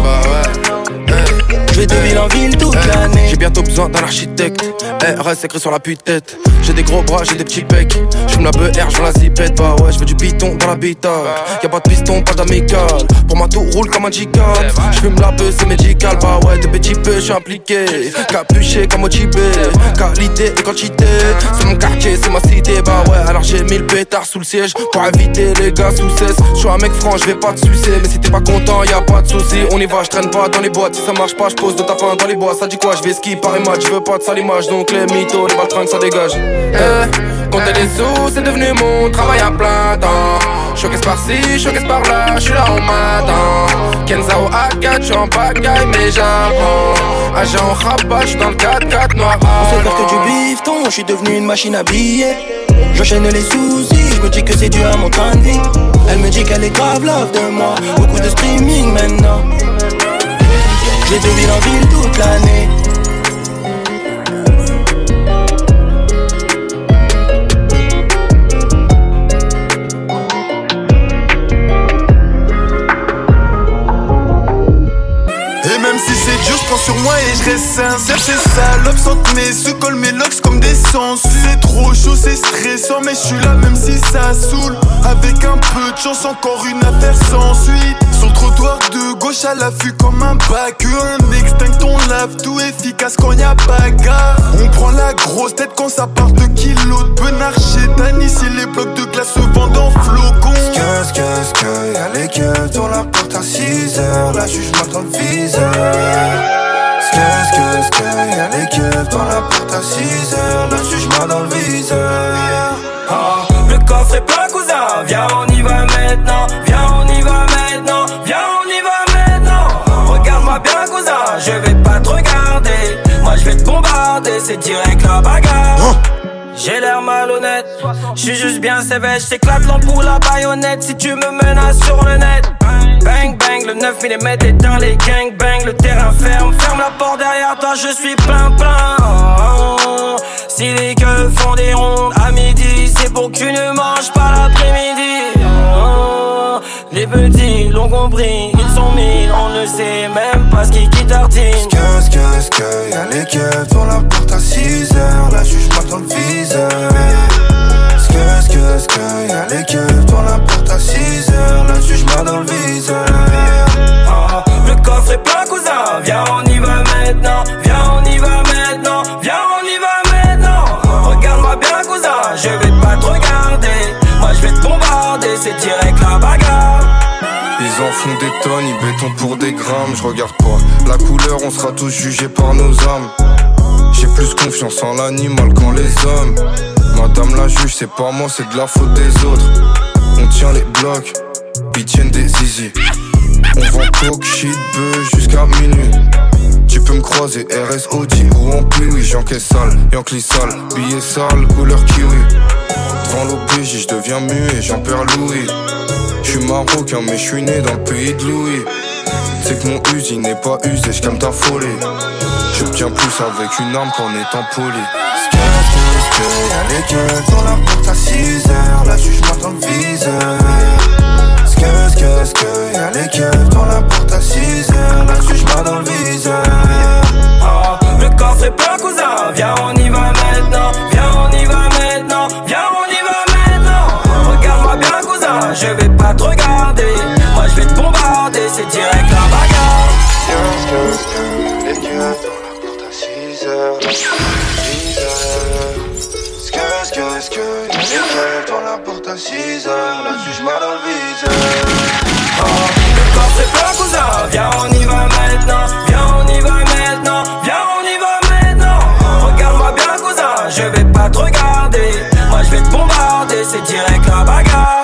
Je vais de ville en ville toute l'année. J'ai bientôt besoin d'un architecte. RS écrit sur la pute-tête. J'ai des gros bras, j'ai des petits pecs. J'fume la BR, j'veux la zipette. Bah ouais, j'veux du piton dans l'habitat. Y'a pas de piston, pas d'amical. Pour moi tout roule comme un G4. J'fume la beuh, c'est médical. Bah ouais, des petits peu, j'suis impliqué. Capuché comme motivé. Qualité et quantité. C'est mon quartier, c'est ma cité. Bah ouais, alors j'ai mis le pétard sous le siège. Pour éviter les gars sous cesse. J'suis un mec franc, j'vais pas te sucer. Mais si t'es pas content, y'a pas de soucis. On y va, j'traîne pas dans les boîtes. Si ça marche pas, j'pose de tapin dans les bois. Ça dit quoi, j'vais ski par match. J'veux pas de sale image, donc les mythos, les baltringues, ça dégage. Compter les sous, c'est devenu mon travail à plein temps. Choquesse par-ci, choquesse par-là, j'suis là au matin. Kenza au A4, j'suis en pagaille mais j'apprends. Agent au rabat, j'suis dans le 4x4 noir. On sait faire que tu bifton, j'suis devenu une machine à billets. J'enchaîne les soucis, j'me dis que c'est dû à mon train de vie. Elle me dit qu'elle est grave love de moi, beaucoup de streaming maintenant. J'ai de ville en ville toute l'année. Sur moi et je reste sincère, c'est salope. Sente mes sous, colle mes locks comme des sangsues. C'est trop chaud, c'est stressant, mais je suis là même si ça saoule. Avec un peu de chance, encore une affaire sans suite. Sur le trottoir de gauche à l'affût comme un bac. Un extinct, on lave tout efficace quand y'a bagarre. On prend la grosse tête quand ça part de kilos de benard chez Dan. Ici les blocs de glace se vendent en flocons. Y'a les keufs dans la porte à 6h. La juge marque dans le viseur. Y'a les keufs dans la porte à 6h. Le jugement dans le viseur. Oh, le coffre est plein cousin. Viens on y va maintenant. Viens on y va maintenant. Viens on y va maintenant. Regarde-moi bien cousin, je vais pas te regarder. Moi je vais te bombarder. C'est c'est direct la bagarre. J'ai l'air malhonnête, j'suis juste bien sévère, j'éclate l'ampoule à baïonnette si tu me menaces sur le net. Bang bang, le 9 mm éteint les gangbang, le terrain ferme la porte derrière toi, je suis plein. Si les gueules font des rondes à midi, c'est pour que tu ne manges pas l'après-midi. Les petits l'ont compris, ils sont mille, on ne sait même pas ce qui tartine. Y'a les keufs dans la porte à 6h, la juge m'a dans le viseur. Y'a les keufs dans la porte à 6h, la juge m'a dans le viseur. Le coffre est plein cousin, viens on y va maintenant. Regarde-moi bien cousin, je vais pas te regarder. Moi je vais te bombarder, c'est direct la bagarre. Ils en font des tonnes, ils béton pour des grammes. Je regarde pas la couleur, on sera tous jugés par nos âmes. J'ai plus confiance en l'animal qu'en les hommes. Madame la juge, c'est pas moi, c'est de la faute des autres. On tient les blocs, ils tiennent des zizi. On vend coke, shit, bœuf jusqu'à minuit. Tu peux me croiser RS Audi ou en pluie, oui j'encaisse sale, Yankee sale, billet sale, couleur kiwi. Devant l'OPJ, je deviens muet, j'en perds Louis. J'suis marocain mais j'suis né dans le pays de Louis. C'est que mon usine n'est pas usé, j'calme ta folie. J'obtiens plus avec une arme qu'en étant poli. Y'a les keufs dans la porte à 6h, la juge m'a dans le viseur. Y'a les keufs dans la porte à 6h, la juge m'a dans le viseur. Le coffre est plein cousin, viens on y va maintenant. Regarde-moi bien cousin, je vais pas te regarder. Moi je vais te bombarder, c'est direct la bagarre. Les keufs dans la porte à 6h, la juge m'a dans le viseur. Y'a les keufs dans la porte à 6h, la juge m'a dans le viseur. Le coffre est plein cousin, viens on y va maintenant. Regarde-moi bien cousin, je vais pas te regarder. Moi je vais te bombarder, c'est direct la bagarre.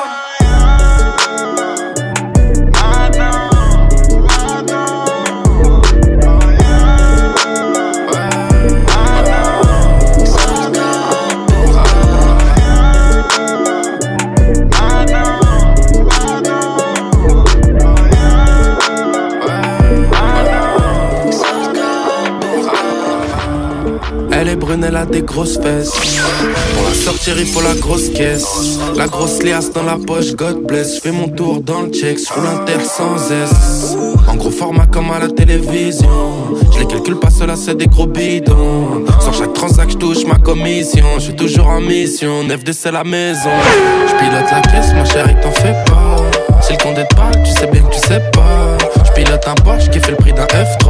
Elle est brune, elle a des grosses fesses. Pour la sortir, il faut la grosse caisse. La grosse liasse dans la poche, God bless. J'fais mon tour dans le check, j'roule un terre sans S. En gros format comme à la télévision. J'les calcule pas, cela c'est des gros bidons. Sur chaque transac, j'touche ma commission. J'suis toujours en mission, 9D c'est la maison. J'pilote la caisse, ma chérie, t'en fais pas. Si le compte est pas, tu sais bien que tu sais pas. J'pilote un Porsche qui fait le prix d'un F3.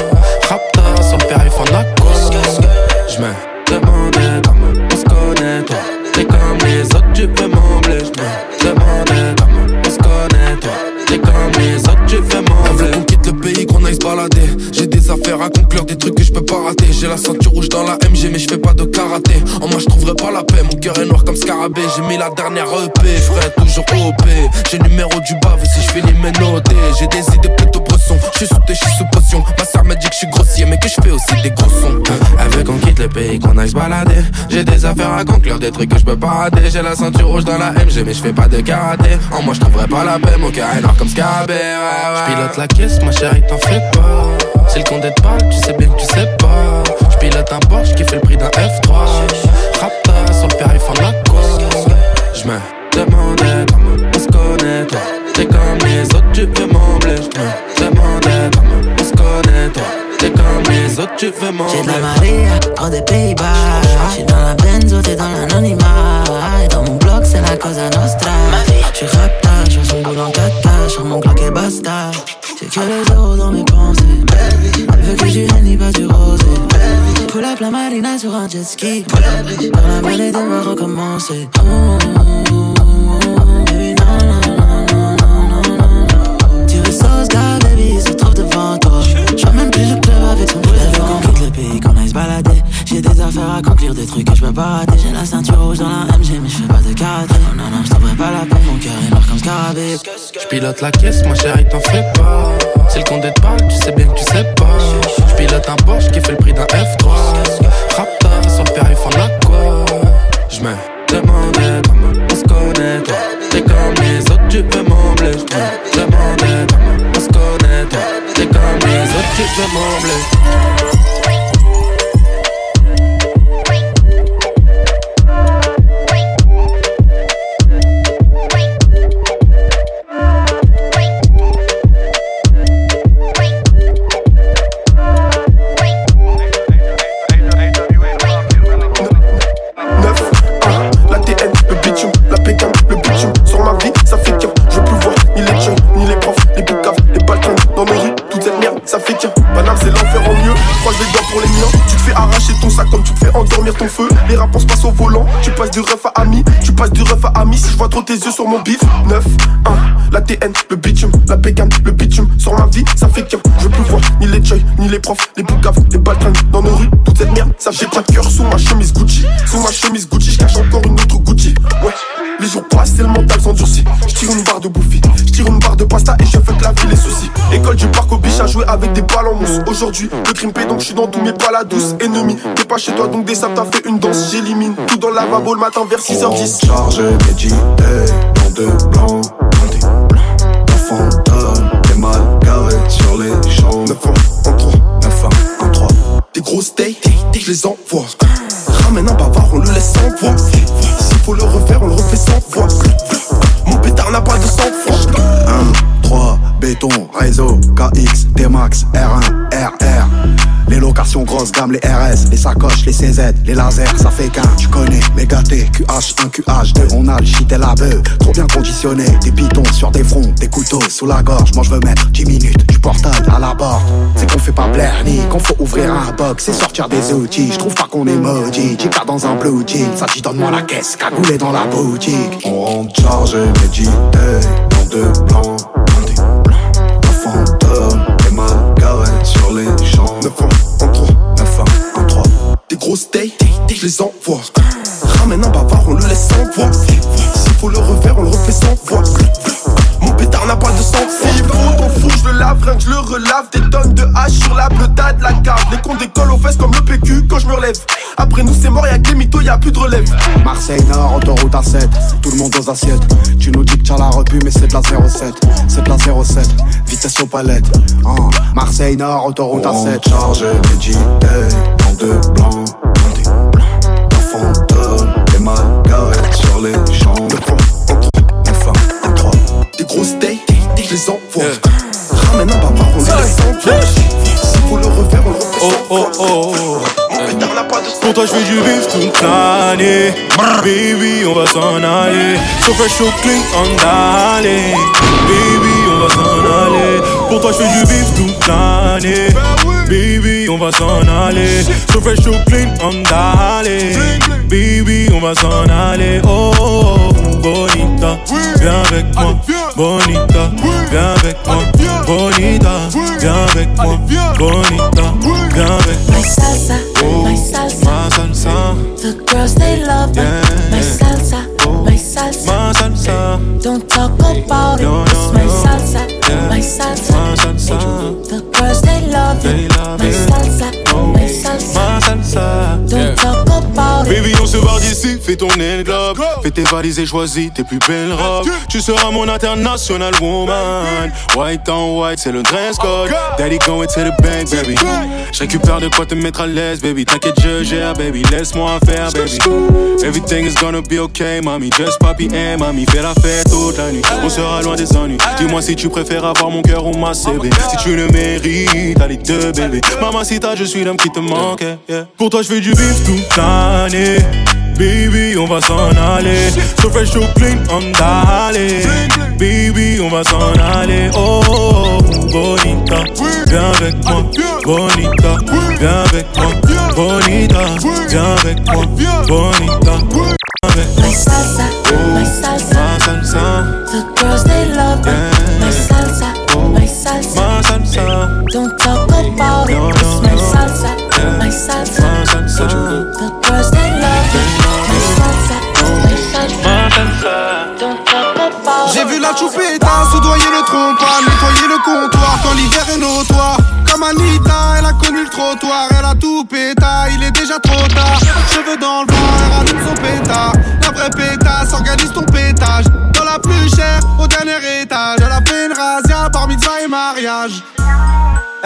Raptor, son père il fond de la cause. J'me demandais comment on se connaît toi. T'es comme les autres, tu peux m'embler. J'me demandais comment on se connaît toi. T'es comme les autres, tu fais m'embler. Elle veut qu'on quitte le pays, qu'on aille se balader. J'ai des affaires à conclure, des trucs que je peux pas rater. J'ai la ceinture rouge dans la MG mais je fais pas de karaté. En moi je trouverai pas la paix, mon cœur est noir comme scarabée. J'ai mis la dernière EP, frère, toujours OP. J'ai le numéro du bave si je finis mes notés. J'ai des idées plutôt bressons, je suis sous thé, je suis sous potion. Ma sœur me dit que je suis grossier mais que je fais aussi des gros sons. Elle veut qu'on quitte le pays, qu'on aille se balader. J'ai des affaires à conclure, des trucs que je peux pas rater. J'ai la ceinture rouge dans la MG mais je fais pas de karaté. En moi je trouverai pas la paix, mon cœur est noir comme scarabée. J'pilote la caisse, ma chérie, t'en fais pas. Si le compte est pas, tu sais bien que tu sais pas. J'pilote un Porsche qui fait le prix d'un F3. Raptor, son père il fond de la cause. J'me demandais comment on se connaît toi. T'es comme les autres, tu peux m'embler. J'me demandais comment on se connaît toi. T'es comme les autres, tu veux m'embler. J'ai de la Maria, hors des Pays-Bas. J'suis dans la benzo, t'es dans l'anonymat. Et dans mon bloc, c'est la Cosa Nostra. J'suis rapta, j'fais son boule en tata. Sur mon Glock et basta. J'ai que les zéros dans mes pensées. Elle veut que je Henny, pas du rosé. Pull up la marina sur un jet ski. Dans la mêlée de me recommencer. Baby, non, non, non, non, non, non. Tu veux sauce, gars, baby, il se trouve devant toi. J'vois même plus le club avec son boulet. Elle veut qu'on quitte le pays, qu'on aille se balader. J'ai des affaires à conclure, des trucs que je peux pas rater. J'ai la ceinture rouge dans la MG, mais je fais pas de karaté. Oh non, non, j't'ouvrais pas la peine, mon cœur est noir comme scarabée. J'pilote la caisse, ma chérie, t'en fais pas. Si le compte est pas, tu sais bien que tu sais pas. pilote un Porsche qui fait le prix d'un F3. Rapta sur le périph' en aqua. J'me demandais comment on se connaît toi. T'es comme les autres, tu veux m'embler. J'me demandais comment on se connaît toi. T'es comme les autres, tu veux m'embler. Ton feu, les rapports se passent au volant. Tu passes du ref à ami, tu passes du ref à ami. Si je vois trop tes yeux sur mon bif. 9, 1, la TN, le bitume, la pécane, le bitume. Sur ma vie, ça fait qu'un. Je veux plus voir ni les joy, ni les profs, les boucaves, les baltrins dans nos rues. Toute cette merde, ça fait pas de cœur sous ma chemise Gucci. Sous ma chemise Gucci, je cache encore une autre Gucci. Ouais, les jours passent et le mental s'endurcit. Je tire une barre de bouffi, je tire une barre de pasta et je fais que la vie les soucis. École du parc au biche à jouer avec des balles en mousse. Aujourd'hui, le crime paie donc je suis dans tous mes balles douces. Ennemi, t'es pas chez toi donc des sables t'as fait une danse. J'élimine tout dans la lavabo le matin vers 6h10. Chargé, médité, dans deux blancs. Un fantôme, t'es mal garé sur les champs. 9 1 en 3, 9 1 3. Des gros steaks, je les envoie. Ramène un bavard, on le laisse sans voix. S'il faut le refaire, on le refait sans voix. Mon pétard n'a pas de sang-froid. 1, 3, béton, réseau, KX, T-Max, R1, RR. Les locations grosses gamme, les RS, les sacoches, les CZ, les lasers, ça fait qu'un, tu connais, méga T, QH1, QH2, on a le shit et la beuh, trop bien conditionné, des pitons sur des fronts, des couteaux sous la gorge, moi je veux mettre 10 minutes, du portail à la barre, c'est qu'on fait pas plaire ni qu'on faut ouvrir un box, c'est sortir des outils, je trouve pas qu'on est maudit, Jika dans un blue jean, ça dit donne-moi la caisse, cagoulé dans la boutique. On rentre chargé, médité, dans deux blancs, un fantôme, et mal garé sur les champs. 9 1 en 3, 9 1 1 3. Des gros steaks, je les envoie. Ramène un bavard, on le laisse sans voix. S'il faut le refaire, on le refait sans voix. Mon pétard n'a pas de sang. S'il faut ton fou, je le lave, rien que je le relave. Des tonnes de hache sur la bleutade de la cave. Les cons décollent aux fesses comme le PQ quand je me relève. Après nous c'est mort, y'a que des mythos, y'a plus de relève. Marseille Nord, autoroute A7, tout le monde aux assiettes. Tu nous dis que t'as la repu mais c'est de la 07. C'est de la 07, vitesse aux palettes. Marseille Nord, autoroute A7. Chargé, médité, dans deux blancs. Un fantôme, et mal garé sur les champs. 9 1 1 3. Des gros steaks, je les envoie. Ramène un bavard, on le laisse sans voix. S'il faut le refaire, on le refait sans voix. Pour toi je fais du bif toute l'année. Baby on va s'en aller. So fresh so clean on d'aller. Baby on va s'en aller. Pour toi je fais du bif toute l'année. Baby on va s'en aller. So fresh so clean on d'aller. Baby on va s'en aller. Oh, oh, oh bonita, viens avec moi. Bonita, viens avec moi. Bonita, viens avec moi. Bonita, viens avec moi. My salsa, my salsa, my salsa. The girls they love me. My salsa, my salsa, my salsa. Don't talk about it. It's my salsa, my salsa, my salsa. The girls they love me. My salsa, my salsa, my salsa. Don't talk about it. Baby on se barre d'ici, fais tourner le globe. Fais tes valises et choisis tes plus belles robes. Tu seras mon international woman. White on white, c'est le dress code. Daddy going to the bank, baby. Je récupère de quoi te mettre à l'aise, baby. T'inquiète, je gère, baby. Laisse-moi faire, baby. Everything is gonna be okay, mami. Just papi et mami. Fais la fête toute la nuit. On sera loin des ennuis. Dis-moi si tu préfères avoir mon cœur ou ma CB. Si tu le mérites, t'as les deux, bébé. Mamacita, je suis l'homme qui te manque. Yeah. Pour toi, je fais du bif toute l'année. Baby, on va s'en aller. So fresh, so clean, on d'aller. Baby, on va s'en aller. Oh, oh, oh, bonita, viens avec moi. Bonita, viens avec moi. Bonita, viens avec moi. Bonita, my salsa, my salsa, my salsa. The girls they love me. My salsa, my salsa, my salsa. Don't talk about it. It's my salsa, my salsa, my salsa. The girls they love me. My salsa, my salsa, Don't talk about it. J'ai vu la choupetta soudoyer le trompe, nettoyer le comptoir quand l'hiver est notoire. Comme Anita, elle a connu le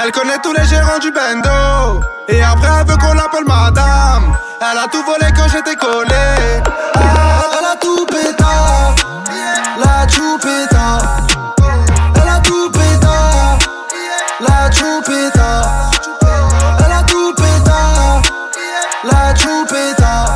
Elle connaît tous les gérants du bendo. Et après elle veut qu'on l'appelle madame. Elle a tout volé quand j'étais collé. Elle a tout péta, la choupeta. Elle a tout péta, la choupeta. Elle a tout péta, la choupeta.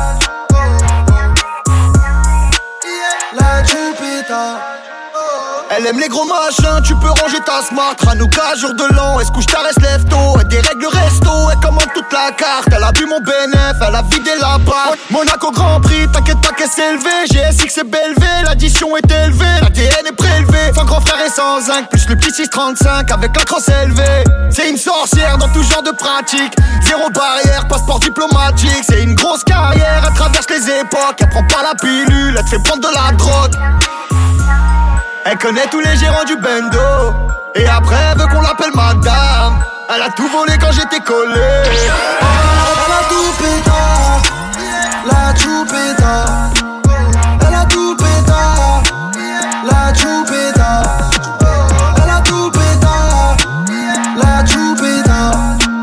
La choupeta. Elle aime les gros machins, tu peux ranger ta smart. Ranouka, jour de l'an, elle se couche tard, elle se lève tôt. Elle dérègle le resto, elle commande toute la carte. Elle a bu mon bénéf, elle a vidé la barre. Monaco Grand Prix, t'inquiète pas qu'elle s'est élevée. GSX et Belvé, l'addition est élevée. L'ADN est prélevé, fin grand frère et sans zinc. Plus le petit 635 avec la crosse élevée. C'est une sorcière dans tout genre de pratique. Zéro barrière, passeport diplomatique. C'est une grosse carrière, elle traverse les époques. Elle prend pas la pilule, elle te fait prendre de la drogue. Elle connaît tous les gérants du bendo. Et après elle veut qu'on l'appelle madame. Elle a tout volé quand j'étais collé. Elle a tout péta, la choupeta. Elle a tout péta, la choupeta. Elle a tout péta, la choupeta.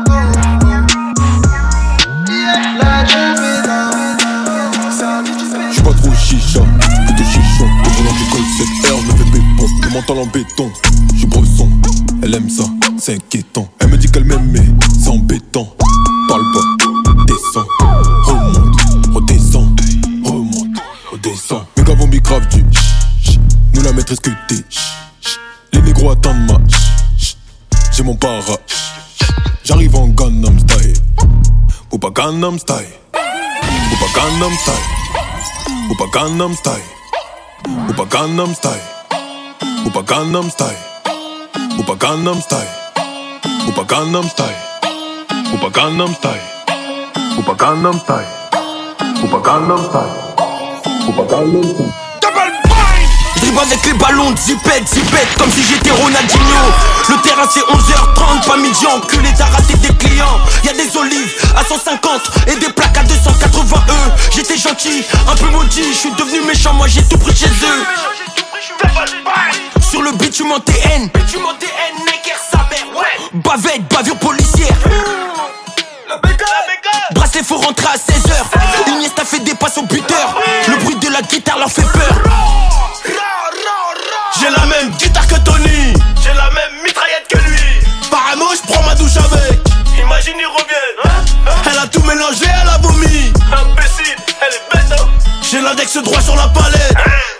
La choupeta. J'suis pas trop chicha, plutôt chichon. Au volant du col 7R, je me fais pépon. Le mental en béton, j'suis bresson. Elle aime ça, c'est inquiétant. Elle me dit qu'elle m'aime mais c'est embêtant. Parle pas, descends, remonte, redescends. Remonte, redescends. Mes gars vont grave du nous la maîtrise que t'es. Les négros attendent ma j'ai mon para. J'arrive en Gangnam Style. Ou pas Gangnam Style. Ou pas Gangnam Style. Ou pas Gangnam Style. Ou pas Gangnam Style. Ou pas Gangnam Style. Ou pas Gangnam Style. Ou pas Gangnam Style. Ou pas Gangnam Style. Ou pas Gangnam Style. Ou pas Gangnam Style. Ou pas Gangnam Style. Je dribble avec les ballons de zipette, comme si j'étais Ronaldinho. Le terrain c'est 11h30, pas midi, enculé, t'as raté des clients. Y'a des olives à 150 et des plaques à 280 E. J'étais gentil, un peu maudit, je suis devenu méchant, moi j'ai tout pris chez eux. Sur le beat tu m'en TN, Necker sa mère, ouais. Bavette, bavure policière. Bracelet faut rentrer à 16h. Iniesta fait des passes au buteur. Le bruit de la guitare leur fait peur. J'ai la même guitare que Tony. J'ai la même mitraillette que lui. Parano, je prends ma douche avec. Imagine ils reviennent. Elle a tout mélangé, elle a vomi. Imbécile, elle est bête hein. J'ai l'index droit sur la palette.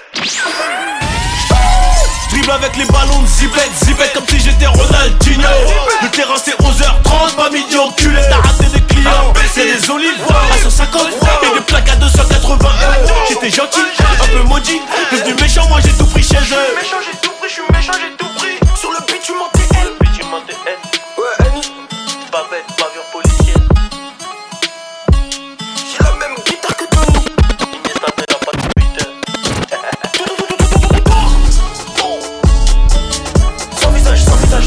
Dribble avec les ballons de zipette, comme si j'étais Ronaldinho. Le terrain c'est 11h30, pas midi enculé, t'as raté des clients. C'est des olives à 150 et des plaques à 280. J'étais gentil, un peu maudit, devenu méchant, moi j'ai tout pris chez eux. Méchant, j'ai tout pris, je suis méchant, j'ai tout pris. Sur le beat tu m'en TN. Ouais, Annie. Bavette, bavure policière. J'ai la même guitare que Tony. Iniesta fait la patte de buteur. Sans visage.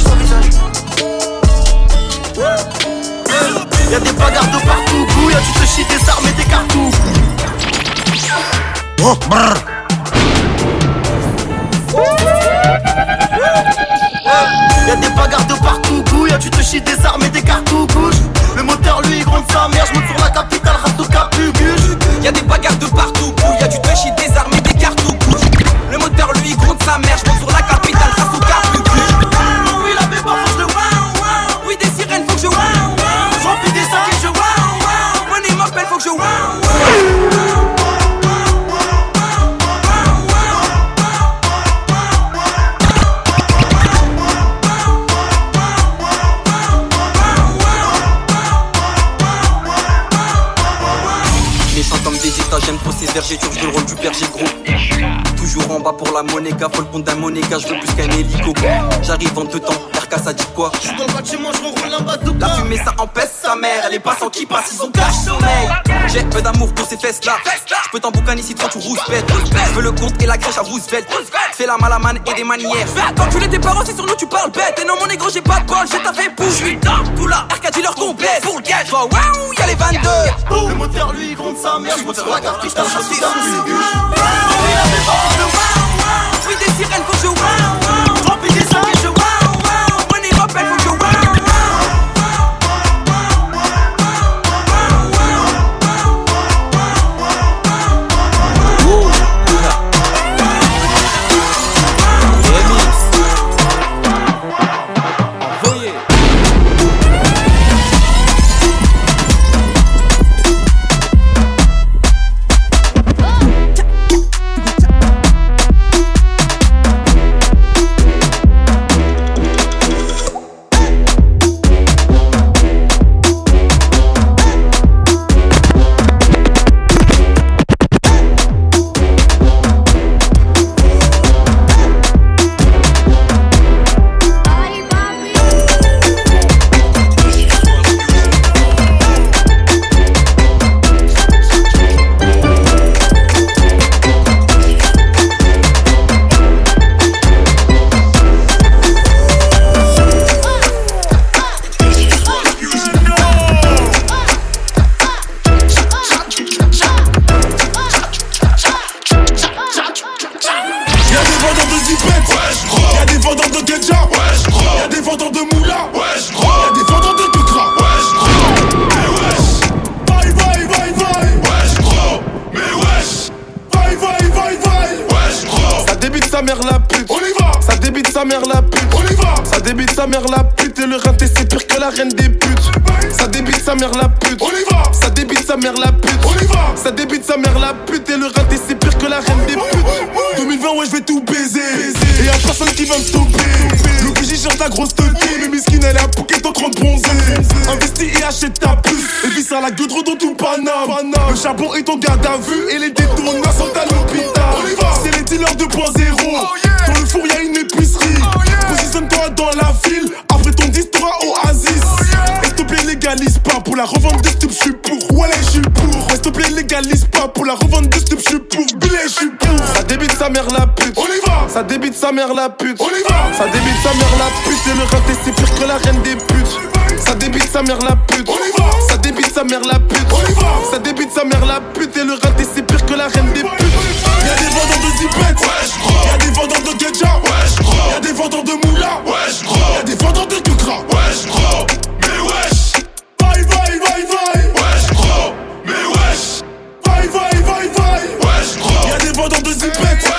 Y'a des bagarres de partout, y'a tu te chies des armes et des cartouches. Oh, brrr. Y'a des bagarres de partout, y'a tu te chies des armes et des cartouches. Le moteur lui gronde sa mère, j'monte sur la capitale, Ratouka Pugus. Y'a des bagarres de partout, y'a tu te chies des armes et des cartouches. Le moteur lui gronde sa mère, j'monte sur la capitale, Ratouka Pugus. Oui la bébé faut que je le wow. Oui des sirènes faut que je wow. J'remplis des sacs et je wow. Money m'appelle faut que je wow. J'aime trop ces vergers turcs, je veux le rôle du berger gros. Toujours en bas pour la monéga, faut le compte d'un monéga, je veux plus qu'un hélico. J'arrive en 2 temps, RK ça dit quoi? J'suis dans le bas de chez moi, j'roule un bazooka. La fumée ça empêche sa mère, elle est pas sans qui passe, ils ont cache sommeil. J'ai peu d'amour pour ces fesses là. J'peux t'emboucaner si toi tu rouspètes. J'veux le compte et la crèche à Roosevelt. Fais la malamane et des manières. Quand tu l'es tes parents, c'est sur nous tu parles bête. Et non mon négro j'ai pas de bol, j'ai taffé pour. J'suis dans tout là, RK dit leur complète. Pour le gage, toi waouh, y'a les 22. Le moteur lui gronde sa mère, j'monte sur la carte, putain, je suis un oui des sirènes faut que je wow. Remplis des sacs et je wow. Money m'appelle faut que je wow. sa mère la pute. On y va. Ça débite sa mère la pute et le rinté c'est pire que la reine des putes. Ça débite sa mère la pute. On y va. Ça débite sa mère la pute. On y va. Ça débite sa mère la pute et le rinté c'est pire que la reine des putes. 2020 ouais je vais tout baiser. Et y'a personne qui va me stopper. Le PJ cherche la grosse teuté. Mais Miskine elle est à Phuket en train de bronzer. Investis et achète ta puce. Et vis à la gueule dans tout Paname. Le charbon est en garde à vue et les détourneurs sont à l'hôpital. C'est les dealers 2.0. Dans le four y'a une épicerie. Positionne-toi dans la file. Après ton 10 t'auras Oasis. Et s'il te plaît légalise pas. Pour la revente de stup j'suis pour. Voilà j'suis pour. Et s'il te plaît légalise pas. Pour la revente de stup j'suis pour. Billet j'suis pour. Ça débite sa mère la pute. On y va. Ça débite sa mère la pute. On y va. Ça débite sa mère la pute. Et le raté c'est pire que la reine des putes. Ça débite sa mère la pute. On y va. Ça débite sa mère la pute. On y va. Ça débite sa mère la pute. Et le raté c'est pire que la reine des putes. Y'a des vendeurs de zipettes. Ouais j'crois. Y'a des vendeurs de Gedja. Ouais j'crois. Y'a des vendeurs de moula. Ouais j'crois. Y'a des vendeurs de Kukra. Ouais j'crois. Mais wesh. Vaille vaille vaille vaille. Ouais j'crois. Mais wesh. Vaille vaille vaille vaille. Ouais j'crois. Y'a des vendeurs de zipettes.